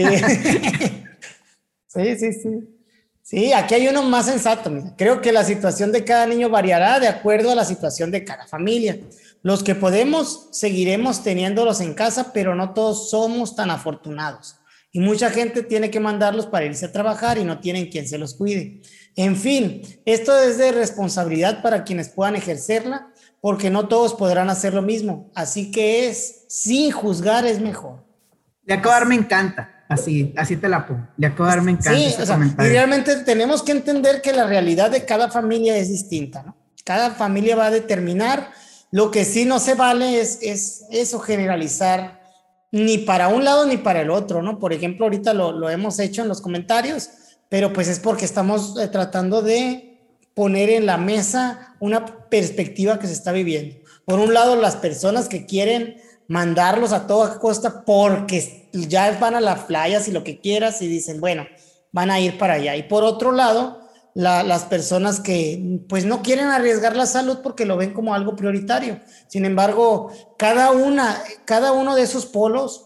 Sí, sí, sí. Sí, aquí hay uno más sensato. Mira. Creo que la situación de cada niño variará de acuerdo a la situación de cada familia. Los que podemos, seguiremos teniéndolos en casa, pero no todos somos tan afortunados. Y mucha gente tiene que mandarlos para irse a trabajar y no tienen quien se los cuide. En fin, esto es de responsabilidad para quienes puedan ejercerla, porque no todos podrán hacer lo mismo. Así que es, sin juzgar es mejor. De acabar me encanta, así, así te la pongo. De acabar me encanta. Sí, o sea, y realmente tenemos que entender que la realidad de cada familia es distinta, ¿no? Cada familia va a determinar. Lo que sí no se vale es, es eso, generalizar ni para un lado ni para el otro, ¿no? Por ejemplo, ahorita lo, lo hemos hecho en los comentarios, pero pues es porque estamos eh, tratando de poner en la mesa una perspectiva que se está viviendo. Por un lado, las personas que quieren mandarlos a toda costa porque ya van a las playas y lo que quieras y dicen, bueno, van a ir para allá. Y por otro lado, la, las personas que pues no quieren arriesgar la salud porque lo ven como algo prioritario. Sin embargo, cada una, cada uno de esos polos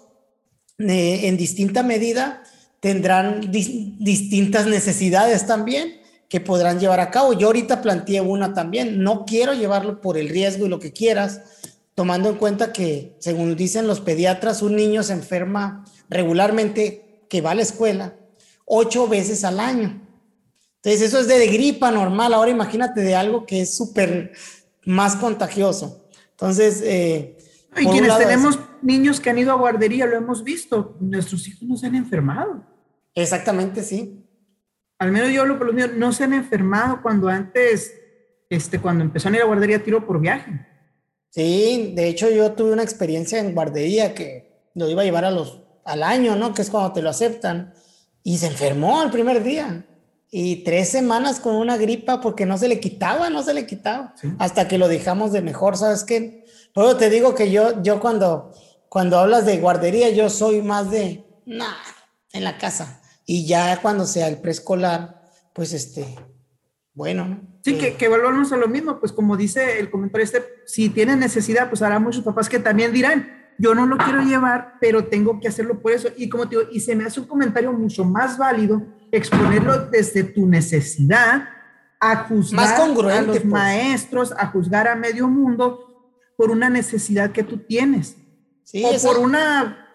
eh, en distinta medida tendrán dis, distintas necesidades también que podrán llevar a cabo. Yo ahorita planteé una también, no quiero llevarlo por el riesgo y lo que quieras, tomando en cuenta que, según dicen los pediatras, un niño se enferma regularmente que va a la escuela ocho veces al año. Entonces, eso es de gripa normal. Ahora imagínate de algo que es súper más contagioso. Entonces, eh, y quienes lado, tenemos es... niños que han ido a guardería, lo hemos visto, nuestros hijos no se han enfermado. Exactamente, sí. Al menos yo hablo por los míos, no se han enfermado cuando antes, este, cuando empezaron a ir a guardería, tiro por viaje. Sí, de hecho yo tuve una experiencia en guardería que lo iba a llevar a los, al año, ¿no? Que es cuando te lo aceptan. Y se enfermó el primer día. Y tres semanas con una gripa porque no se le quitaba, no se le quitaba. Sí. Hasta que lo dejamos de mejor, ¿sabes qué? Pero te digo que yo, yo cuando, cuando hablas de guardería, yo soy más de, nah, en la casa. Y ya cuando sea el preescolar, pues este, bueno, ¿no? Sí, eh, que, que volvamos a lo mismo, pues como dice el comentario este, si tienen necesidad, pues habrá muchos papás que también dirán, yo no lo quiero llevar, pero tengo que hacerlo por eso. Y como te digo, y se me hace un comentario mucho más válido exponerlo desde tu necesidad a juzgar más congruente, a los pues. maestros, a juzgar a medio mundo por una necesidad que tú tienes. Sí, o eso. por una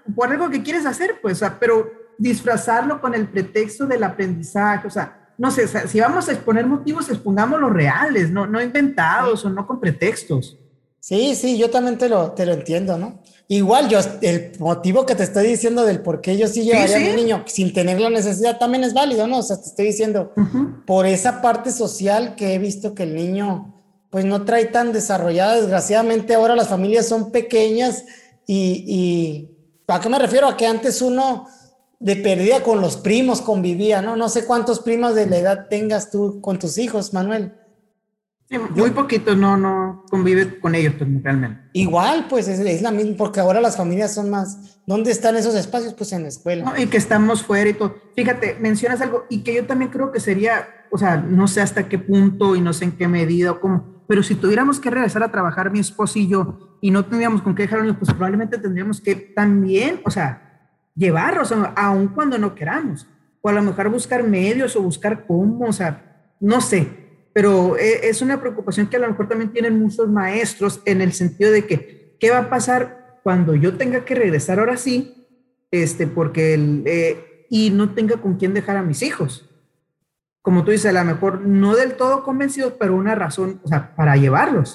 por algo que quieres hacer, pues, o sea, pero disfrazarlo con el pretexto del aprendizaje, o sea, no sé, o sea, si vamos a exponer motivos, expongamos los reales, no, no inventados Sí. o no con pretextos. Sí, sí, yo también te lo, te lo entiendo, ¿no? Igual yo, el motivo que te estoy diciendo del por qué yo sí Sí, llevaría a sí. mi niño sin tener la necesidad también es válido, ¿no? O sea, te estoy diciendo, Uh-huh. por esa parte social que he visto que el niño, pues no trae tan desarrollada, desgraciadamente ahora las familias son pequeñas y, y ¿a qué me refiero? A que antes uno de perdida con los primos convivía, ¿no? No sé cuántos primos de la edad tengas tú con tus hijos, Manuel. Sí, Yo, muy poquito, no, no convive con ellos, pues, realmente. igual, pues es, es la misma, porque ahora las familias son más. ¿Dónde están esos espacios? Pues en la escuela. ¿No? Y que estamos fuera y todo. Fíjate, mencionas algo y que yo también creo que sería, o sea, no sé hasta qué punto y no sé en qué medida o cómo, pero si tuviéramos que regresar a trabajar mi esposo y yo y no tendríamos con qué dejar a los niños, pues probablemente tendríamos que también, o sea, llevarlos, aun cuando no queramos, o a lo mejor buscar medios o buscar cómo, o sea, no sé, pero es una preocupación que a lo mejor también tienen muchos maestros en el sentido de que, ¿qué va a pasar cuando yo tenga que regresar ahora sí? Este, porque el, eh, y no tenga con quién dejar a mis hijos. Como tú dices, a lo mejor no del todo convencidos, pero una razón, o sea, para llevarlos.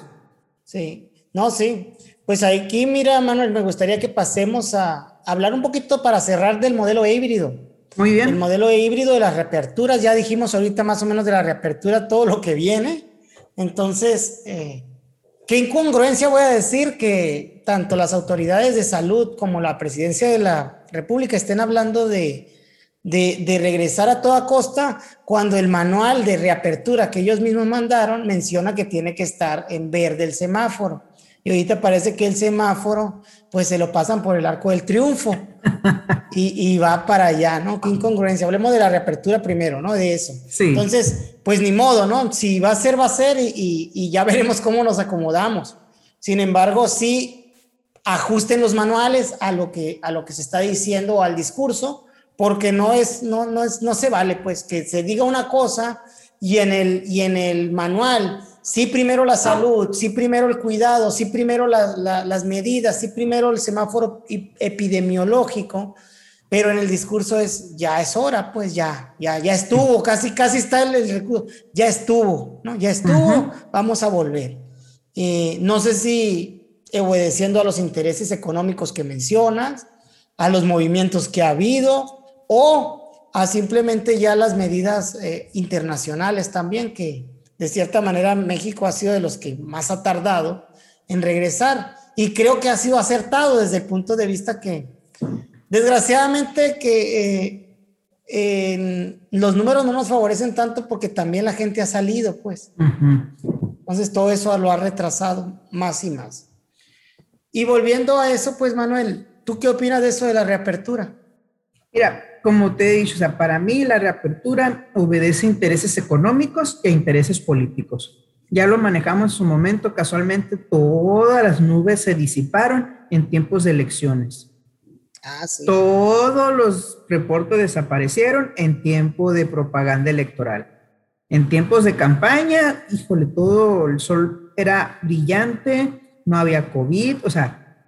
Sí, no, sí. Pues aquí, mira, Manuel, me gustaría que pasemos a hablar un poquito para cerrar del modelo híbrido. Muy El bien. modelo híbrido de las reaperturas, ya dijimos ahorita más o menos de la reapertura, todo lo que viene. Entonces, eh, qué incongruencia voy a decir que tanto las autoridades de salud como la presidencia de la República estén hablando de, de, de regresar a toda costa cuando el manual de reapertura que ellos mismos mandaron menciona que tiene que estar en verde el semáforo. Y ahorita parece que el semáforo pues se lo pasan por el arco del triunfo y, y va para allá, ¿no? Qué incongruencia. Hablemos de la reapertura primero, ¿no? De eso. Sí. Entonces, pues ni modo, ¿no? Si va a ser, va a ser y, y, y ya veremos cómo nos acomodamos. Sin embargo, sí ajusten los manuales a lo que, a lo que se está diciendo o al discurso, porque no es, no, no es, no se vale, pues, que se diga una cosa y en el, y en el manual, sí primero la salud, sí primero el cuidado, sí primero la, la, las medidas, sí primero el semáforo epidemiológico, pero en el discurso es, ya es hora, pues ya, ya, ya estuvo, casi, casi está el, el recurso, ya estuvo, ¿no? Ya estuvo, Uh-huh. vamos a volver. Eh, no sé si obedeciendo a los intereses económicos que mencionas, a los movimientos que ha habido o a simplemente ya las medidas eh, internacionales también, que de cierta manera México ha sido de los que más ha tardado en regresar y creo que ha sido acertado desde el punto de vista que desgraciadamente que eh, eh, los números no nos favorecen tanto porque también la gente ha salido, pues. Uh-huh. Entonces todo eso lo ha retrasado más y más. Y volviendo a eso, pues Manuel, ¿tú qué opinas de eso de la reapertura? Mira, como te he dicho, o sea, para mí la reapertura obedece a intereses económicos e intereses políticos. Ya lo manejamos en su momento, casualmente todas las nubes se disiparon en tiempos de elecciones. Ah, sí. Todos los reportes desaparecieron en tiempo de propaganda electoral. En tiempos de campaña, híjole, todo el sol era brillante, no había COVID, o sea,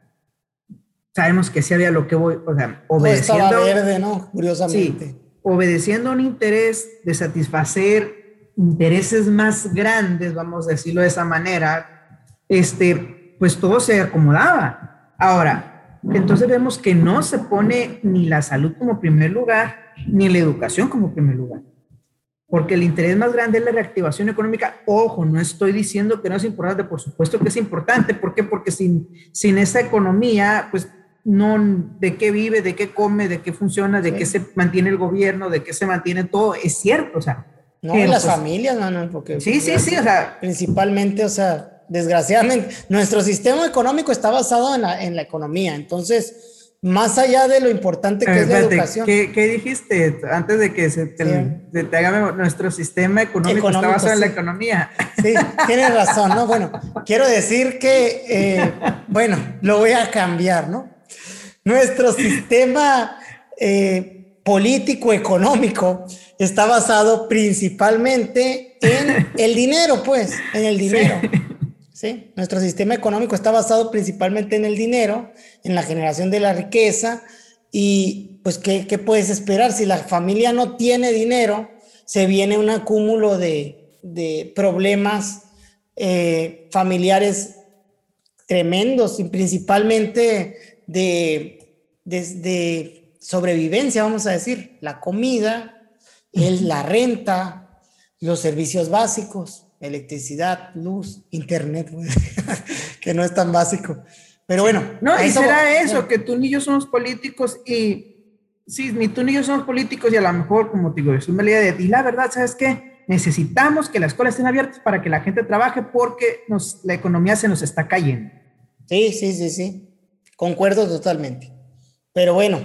sabemos que sí había lo que voy, o sea, Todo estaba obedeciendo, verde, ¿no? Curiosamente. sí, obedeciendo a un interés de satisfacer intereses más grandes, vamos a decirlo de esa manera, este, pues todo se acomodaba. Ahora, entonces vemos que no se pone ni la salud como primer lugar, ni la educación como primer lugar. Porque el interés más grande es la reactivación económica. Ojo, no estoy diciendo que no es importante, por supuesto que es importante. ¿Por qué? Porque sin, sin esa economía, pues no, de qué vive, de qué come, de qué funciona, de sí. qué se mantiene el gobierno, de qué se mantiene todo, es cierto, o sea. No, pero, y las pues, familias, Manuel, porque. Sí, sí, sí, o sea. Principalmente, o sea, desgraciadamente, nuestro sistema económico está basado en la, en la economía, entonces. Más allá de lo importante que eh, es la espérate, educación. ¿qué, ¿Qué dijiste antes de que se te, sí. se te haga nuestro sistema económico, económico está basado sí. en la economía? Sí, tienes razón, ¿no? Bueno, quiero decir que, eh, bueno, lo voy a cambiar, ¿no? Nuestro sistema eh, político, económico, está basado principalmente en el dinero, pues, en el dinero. Sí. ¿sí? Nuestro sistema económico está basado principalmente en el dinero, en la generación de la riqueza, y pues, ¿qué, qué puedes esperar? Si la familia no tiene dinero, se viene un acúmulo de, de problemas eh, familiares tremendos, y principalmente de, de, de sobrevivencia, vamos a decir, la comida, el, la renta, los servicios básicos, electricidad, luz, internet, que no es tan básico. Pero bueno. No, y será eso, que tú ni yo somos políticos y, sí, ni tú ni yo somos políticos y a lo mejor, como te digo, es una idea de, y la verdad, ¿sabes qué? Necesitamos que las escuelas estén abiertas para que la gente trabaje porque nos, la economía se nos está cayendo. Sí, sí, sí, sí. Concuerdo totalmente. Pero bueno,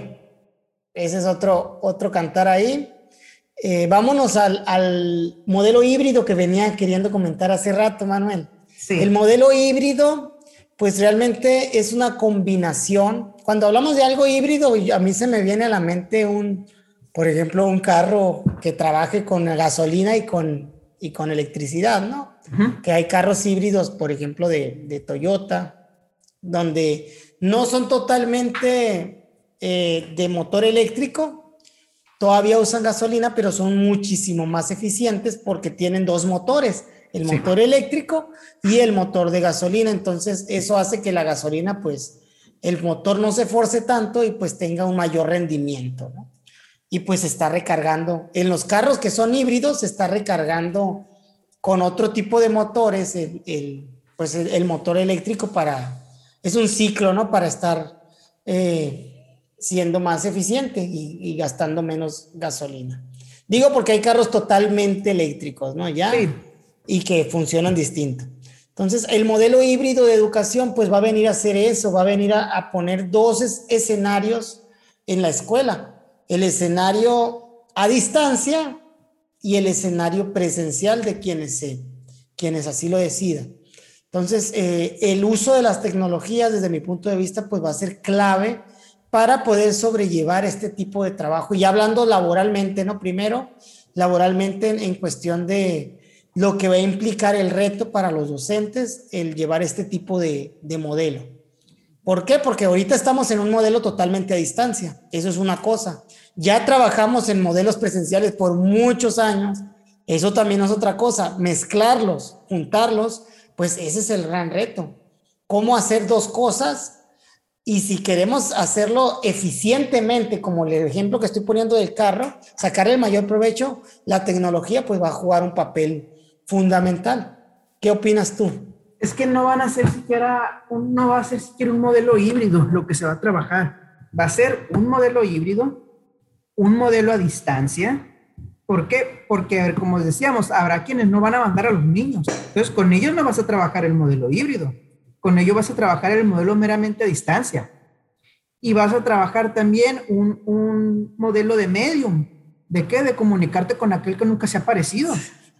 ese es otro, otro cantar ahí. Eh, vámonos al, al modelo híbrido que venía queriendo comentar hace rato, Manuel. Sí. El modelo híbrido, pues realmente es una combinación. Cuando hablamos de algo híbrido, a mí se me viene a la mente un, por ejemplo, un carro que trabaje con gasolina y con, y con electricidad, ¿no? Uh-huh. Que hay carros híbridos, por ejemplo, de, de Toyota, donde no son totalmente eh, de motor eléctrico, todavía usan gasolina, pero son muchísimo más eficientes porque tienen dos motores, el sí. motor eléctrico y el motor de gasolina. Entonces eso hace que la gasolina, pues el motor no se force tanto y pues tenga un mayor rendimiento, ¿no? Y pues se está recargando, en los carros que son híbridos se está recargando con otro tipo de motores, el, el, pues el, el motor eléctrico para, es un ciclo, ¿no? Para estar eh, siendo más eficiente y, y gastando menos gasolina. Digo porque hay carros totalmente eléctricos, ¿no? Ya, sí. Y que funcionan distinto. Entonces, el modelo híbrido de educación, pues va a venir a hacer eso, va a venir a, a poner dos es, escenarios en la escuela. El escenario a distancia y el escenario presencial de quienes, se, quienes así lo decidan. Entonces, eh, el uso de las tecnologías, desde mi punto de vista, pues va a ser clave para poder sobrellevar este tipo de trabajo. Y hablando laboralmente, ¿no? Primero, laboralmente en, en cuestión de lo que va a implicar el reto para los docentes, el llevar este tipo de, de modelo. ¿Por qué? Porque ahorita estamos en un modelo totalmente a distancia. Eso es una cosa. Ya trabajamos en modelos presenciales por muchos años. Eso también es otra cosa. Mezclarlos, juntarlos, pues ese es el gran reto. ¿Cómo hacer dos cosas? Y si queremos hacerlo eficientemente, como el ejemplo que estoy poniendo del carro, sacar el mayor provecho, la tecnología pues va a jugar un papel fundamental. ¿Qué opinas tú? Es que no van a ser siquiera, un, no va a ser siquiera un modelo híbrido lo que se va a trabajar. Va a ser un modelo híbrido, un modelo a distancia. ¿Por qué? Porque, a ver, como decíamos, habrá quienes no van a mandar a los niños. Entonces, con ellos no vas a trabajar el modelo híbrido. Con ello vas a trabajar el modelo meramente a distancia. Y vas a trabajar también un, un modelo de medium. ¿De qué? De comunicarte con aquel que nunca se ha aparecido.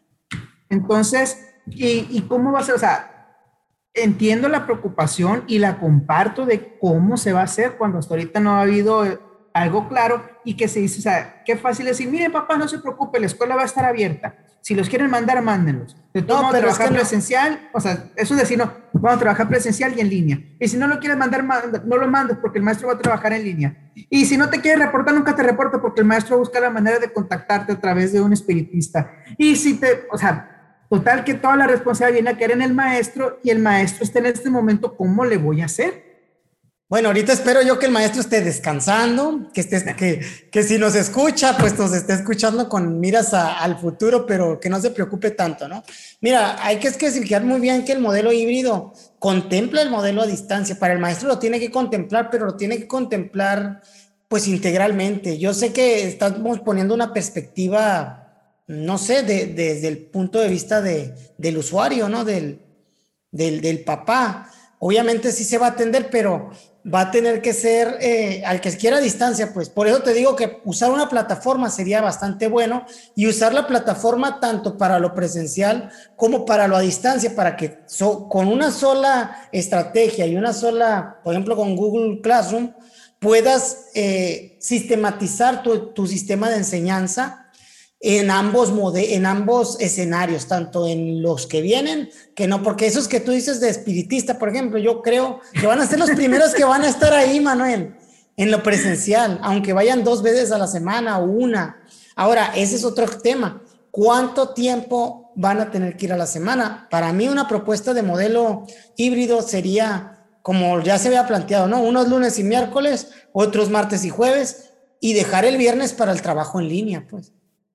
Entonces, ¿y, y cómo va a ser? O sea, entiendo la preocupación y la comparto de cómo se va a hacer cuando hasta ahorita no ha habido algo claro y que se dice, o sea, qué fácil decir, miren papá, no se preocupe, la escuela va a estar abierta. Si los quieren mandar, mándenlos. De todo no, modo, trabajar es que presencial, no. O sea, eso es decir, no, vamos a trabajar presencial y en línea. Y si no lo quieres mandar, no lo mandes porque el maestro va a trabajar en línea. Y si no te quieres reportar, nunca te reporta porque el maestro busca la manera de contactarte a través de un espiritista. Y si te, o sea, total que toda la responsabilidad viene a caer en el maestro y el maestro está en este momento, ¿cómo le voy a hacer? Bueno, ahorita espero yo que el maestro esté descansando, que, esté, que, que si nos escucha, pues nos esté escuchando con miras a, al futuro, pero que no se preocupe tanto, ¿no? Mira, hay que especificar muy bien que el modelo híbrido contempla el modelo a distancia. Para el maestro lo tiene que contemplar, pero lo tiene que contemplar pues integralmente. Yo sé que estamos poniendo una perspectiva, no sé, de, de, desde el punto de vista de, del usuario, ¿no? Del, del, del papá. Obviamente sí se va a atender, pero va a tener que ser eh, al que quiera a distancia, pues. Por eso te digo que usar una plataforma sería bastante bueno y usar la plataforma tanto para lo presencial como para lo a distancia, para que so, con una sola estrategia y una sola, por ejemplo, con Google Classroom, puedas eh, sistematizar tu, tu sistema de enseñanza en ambos, mode en ambos escenarios, tanto en los que vienen, que no, porque esos que tú dices de espiritista, por ejemplo, yo creo que van a ser los primeros que van a estar ahí, Manuel, en lo presencial, aunque vayan dos veces a la semana o una. Ahora, ese es otro tema. ¿Cuánto tiempo van a tener que ir a la semana? Para mí una propuesta de modelo híbrido sería, como ya se había planteado, ¿no? Unos lunes y miércoles, otros martes y jueves, y dejar el viernes para el trabajo en línea, pues.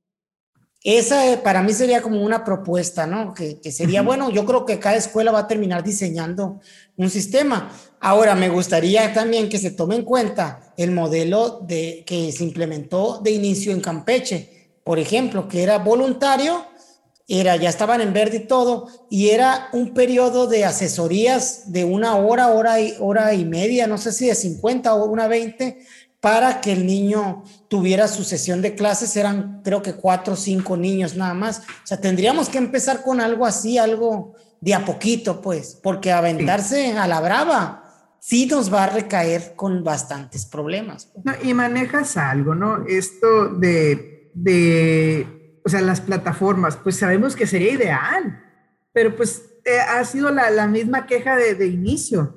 Esa eh, para mí sería como una propuesta, ¿no? Que, que sería, uh-huh. Bueno, yo creo que cada escuela va a terminar diseñando un sistema. Ahora, me gustaría también que se tome en cuenta el modelo de, que se implementó de inicio en Campeche, por ejemplo, que era voluntario, era, ya estaban en verde y todo, y era un periodo de asesorías de una hora, hora y, hora y media, no sé si de cincuenta o una veinte, para que el niño tuviera su sesión de clases. Eran creo que cuatro o cinco niños nada más. O sea, tendríamos que empezar con algo así, algo de a poquito, pues, porque aventarse sí. a la brava sí nos va a recaer con bastantes problemas. Pues. No, y manejas algo, ¿no? Esto de, de, o sea, las plataformas, pues sabemos que sería ideal, pero pues eh, ha sido la, la misma queja de, de inicio.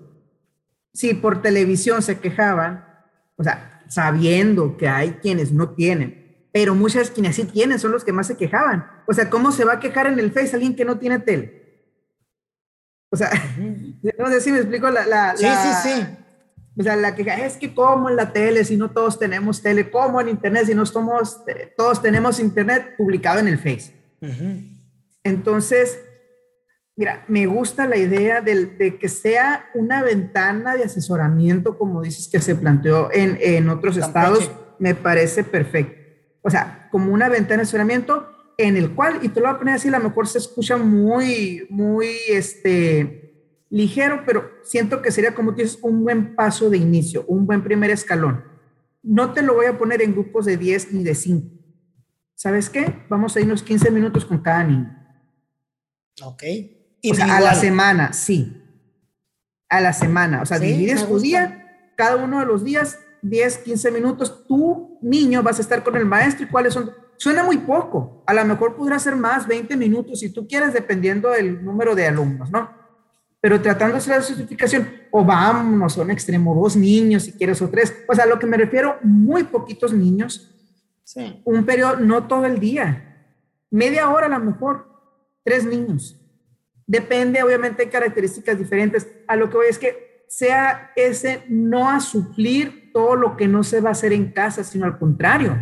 Si por televisión se quejaban, o sea, sabiendo que hay quienes no tienen, pero muchas quienes sí tienen son los que más se quejaban. O sea, ¿cómo se va a quejar en el Face alguien que no tiene tele? O sea, uh-huh. no sé si me explico la... la sí, la, sí, sí. O sea, la queja es que ¿cómo en la tele si no todos tenemos tele? ¿Cómo en internet si no somos, todos tenemos internet publicado en el Face? Uh-huh. Entonces... Mira, me gusta la idea de, de que sea una ventana de asesoramiento, como dices que se planteó en, en otros Campeche. Estados, me parece perfecto. O sea, como una ventana de asesoramiento en el cual, y te lo voy a poner así, a lo mejor se escucha muy, muy este, ligero, pero siento que sería, como tú dices, un buen paso de inicio, un buen primer escalón. No te lo voy a poner en grupos de diez ni de cinco. ¿Sabes qué? Vamos a ir unos quince minutos con cada niño. Ok. O sea, a la semana, sí. A la semana. O sea, sí, divides tu día, cada uno de los días, diez, quince minutos. Tu niño vas a estar con el maestro y cuáles son. Suena muy poco. A lo mejor podrá ser más, veinte minutos, si tú quieres, dependiendo del número de alumnos, ¿no? Pero tratando de hacer la certificación, o vámonos a un extremo, dos niños, si quieres, o tres. O sea, a lo que me refiero, muy poquitos niños. Sí. Un periodo, no todo el día. Media hora a lo mejor, tres niños. Depende, obviamente, de características diferentes. A lo que voy es que sea ese no a suplir todo lo que no se va a hacer en casa, sino al contrario,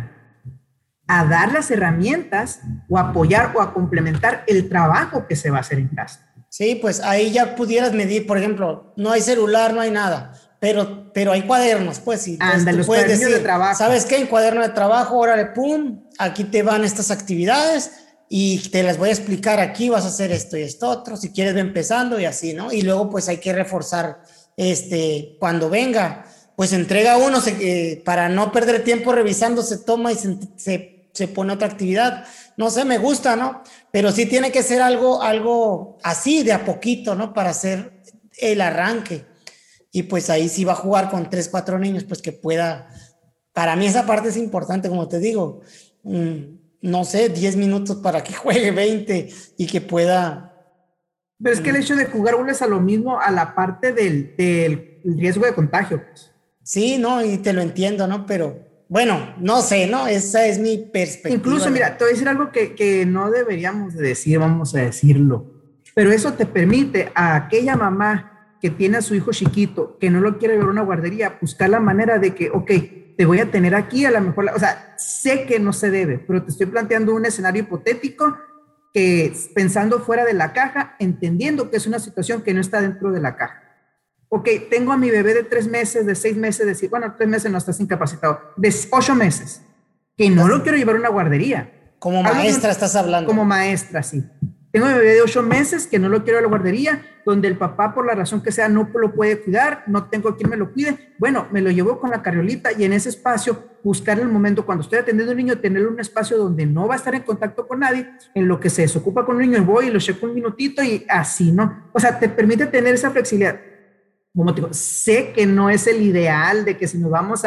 a dar las herramientas o apoyar o a complementar el trabajo que se va a hacer en casa. Sí, pues ahí ya pudieras medir, por ejemplo, no hay celular, no hay nada, pero, pero hay cuadernos, pues, y Anda, los puedes decir, de trabajo. ¿Sabes qué? En cuaderno de trabajo, órale, pum, aquí te van estas actividades y te las voy a explicar aquí, vas a hacer esto y esto otro, si quieres ve empezando y así, ¿no? Y luego pues hay que reforzar, este, cuando venga, pues entrega uno, se, eh, para no perder tiempo revisando, se toma y se, se, se pone otra actividad, no sé, me gusta, ¿no? Pero sí tiene que ser algo, algo así, de a poquito, ¿no? Para hacer el arranque, y pues ahí sí va a jugar con tres, cuatro niños, pues que pueda, para mí esa parte es importante, como te digo, mmm, no sé, diez minutos para que juegue veinte y que pueda. Pero es que el hecho de jugar uno es a lo mismo a la parte del, del riesgo de contagio. Pues. Sí, no, y te lo entiendo, ¿no? Pero bueno, no sé, ¿no? Esa es mi perspectiva. Incluso, mira, te voy a decir algo que, que no deberíamos de decir, vamos a decirlo, pero eso te permite a aquella mamá que tiene a su hijo chiquito, que no lo quiere ver a una guardería, buscar la manera de que, ok, te voy a tener aquí, a lo mejor, o sea, sé que no se debe, pero te estoy planteando un escenario hipotético que pensando fuera de la caja, entendiendo que es una situación que no está dentro de la caja. Ok, tengo a mi bebé de tres meses, de seis meses, de, bueno, tres meses no estás incapacitado, de ocho meses, que no lo quiero llevar a una guardería. Como maestra de, estás hablando. Como maestra, sí. Tengo a mi bebé de ocho meses que no lo quiero a la guardería, donde el papá, por la razón que sea, no lo puede cuidar, no tengo quien me lo cuide. Bueno, me lo llevo con la carriolita y en ese espacio buscar el momento, cuando estoy atendiendo a un niño, tener un espacio donde no va a estar en contacto con nadie, en lo que se desocupa con el niño, voy y lo checo un minutito y así, ¿no? O sea, te permite tener esa flexibilidad. Como te digo, sé que no es el ideal de que si nos vamos a,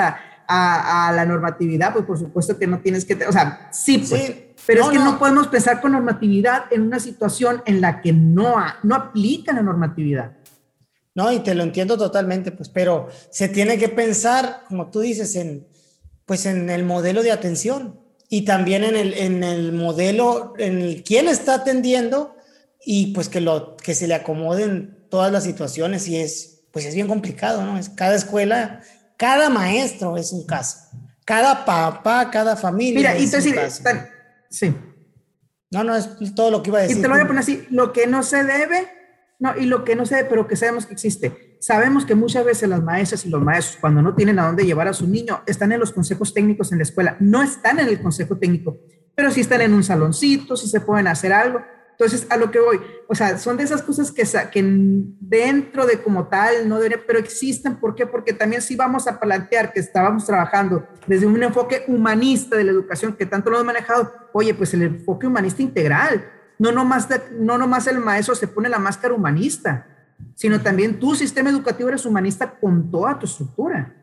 a, a la normatividad, pues por supuesto que no tienes que, o sea, sí, pues, Sí, pero no, es que no. no podemos pensar con normatividad en una situación en la que no, no aplica la normatividad. No, y te lo entiendo totalmente, pues, pero se tiene que pensar, como tú dices, en, pues, en el modelo de atención y también en el, en el modelo, en el quién está atendiendo y pues que, lo, que se le acomoden todas las situaciones y es, pues es bien complicado, ¿no? Es cada escuela, cada maestro es un caso, cada papá, cada familia Mira, y es te un decir, caso. tan, sí, No, no, es todo lo que iba a y te decir. lo voy a poner así, lo que no se debe, no, y lo que no se debe, pero que sabemos que existe. Sabemos que muchas veces las maestras y los maestros, cuando no tienen a dónde llevar a su niño, están en los consejos técnicos en la escuela, no están en el consejo técnico, pero sí están en un saloncito, sí se pueden hacer algo. Entonces, a lo que voy, o sea, son de esas cosas que, que dentro de como tal no deberían, pero existen. ¿Por qué? Porque también sí vamos a plantear que estábamos trabajando desde un enfoque humanista de la educación que tanto lo hemos manejado. Oye, pues el enfoque humanista integral, no nomás, de, no nomás el maestro se pone la máscara humanista, sino también tu sistema educativo eres humanista con toda tu estructura.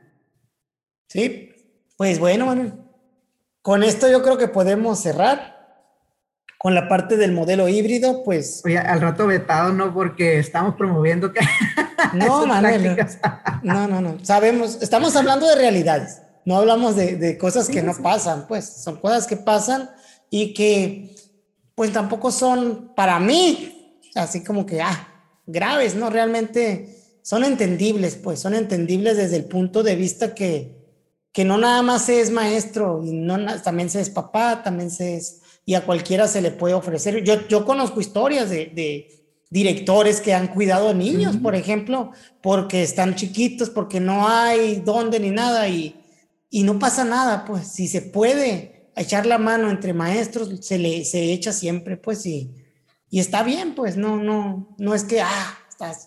Sí, pues bueno, Manuel, con esto yo creo que podemos cerrar. Con la parte del modelo híbrido, pues... Oye, al rato vetado, no, porque estamos promoviendo que No, esas Manuel, prácticas. no, no, no. Sabemos, estamos hablando de realidades, no hablamos de, de cosas Sí, que no sí. pasan, pues son cosas que pasan y que pues tampoco son para mí así como que, ah, graves, ¿no? Realmente son entendibles, pues son entendibles desde el punto de vista que, que no nada más se es maestro, y no, también se es papá, también se es, y a cualquiera se le puede ofrecer. Yo, yo conozco historias de, de directores que han cuidado a niños, Uh-huh. por ejemplo, porque están chiquitos, porque no hay dónde ni nada, y, y no pasa nada, pues si se puede echar la mano entre maestros, se le se echa siempre, pues, y, y está bien, pues, no, no, no es que, ah, estás,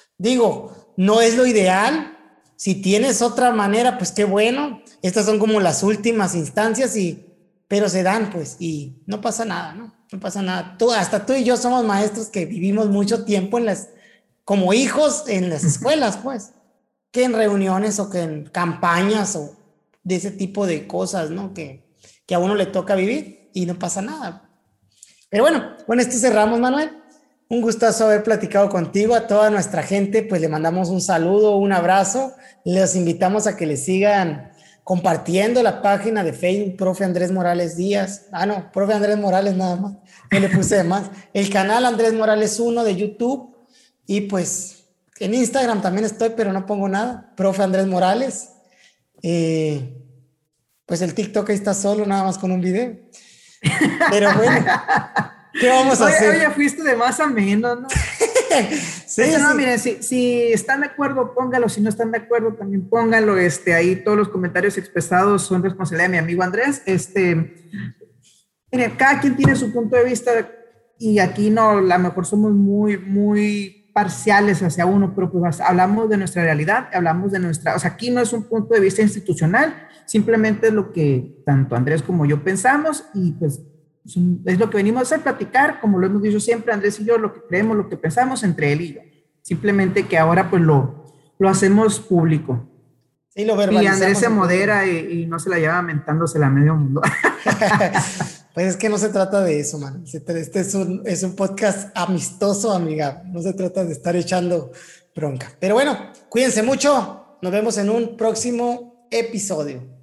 digo, no es lo ideal. Si tienes otra manera, pues qué bueno. Estas son como las últimas instancias, y, pero se dan, pues, y no pasa nada, ¿no? No pasa nada. Tú, hasta tú y yo somos maestros que vivimos mucho tiempo en las, como hijos en las escuelas, pues, que en reuniones o que en campañas o de ese tipo de cosas, ¿no? Que, que a uno le toca vivir y no pasa nada. Pero bueno, con esto cerramos, Manuel. Un gustazo haber platicado contigo. A toda nuestra gente, pues le mandamos un saludo, un abrazo. Les invitamos a que le sigan compartiendo la página de Facebook, profe Andrés Morales Díaz. Ah, no, profe Andrés Morales nada más. No le puse de más. El canal Andrés Morales uno de YouTube. Y pues en Instagram también estoy, pero no pongo nada. Profe Andrés Morales. Eh, pues el TikTok ahí está solo, nada más con un video. Pero bueno, ¿qué vamos a Oye, hacer? oye, fuiste de más a menos, ¿no? Sí, Este, no, sí. miren, si, si están de acuerdo, póngalo. Si no están de acuerdo, también póngalo. Este, ahí todos los comentarios expresados son responsabilidad de mi amigo Andrés. Este, miren, cada quien tiene su punto de vista y aquí no, a lo mejor somos muy, muy parciales hacia uno, pero pues hablamos de nuestra realidad, hablamos de nuestra, o sea, aquí no es un punto de vista institucional, simplemente es lo que tanto Andrés como yo pensamos y pues es lo que venimos a hacer, platicar, como lo hemos dicho siempre, Andrés y yo, lo que creemos, lo que pensamos entre él y yo. Simplemente que ahora pues lo, lo hacemos público. Sí, lo Y Andrés verbalizamos. se modera y, y no se la lleva mentándose la medio mundo. Pues es que no se trata de eso, man. Este es un, es un podcast amistoso, amiga. No se trata de estar echando bronca. Pero bueno, cuídense mucho. Nos vemos en un próximo episodio.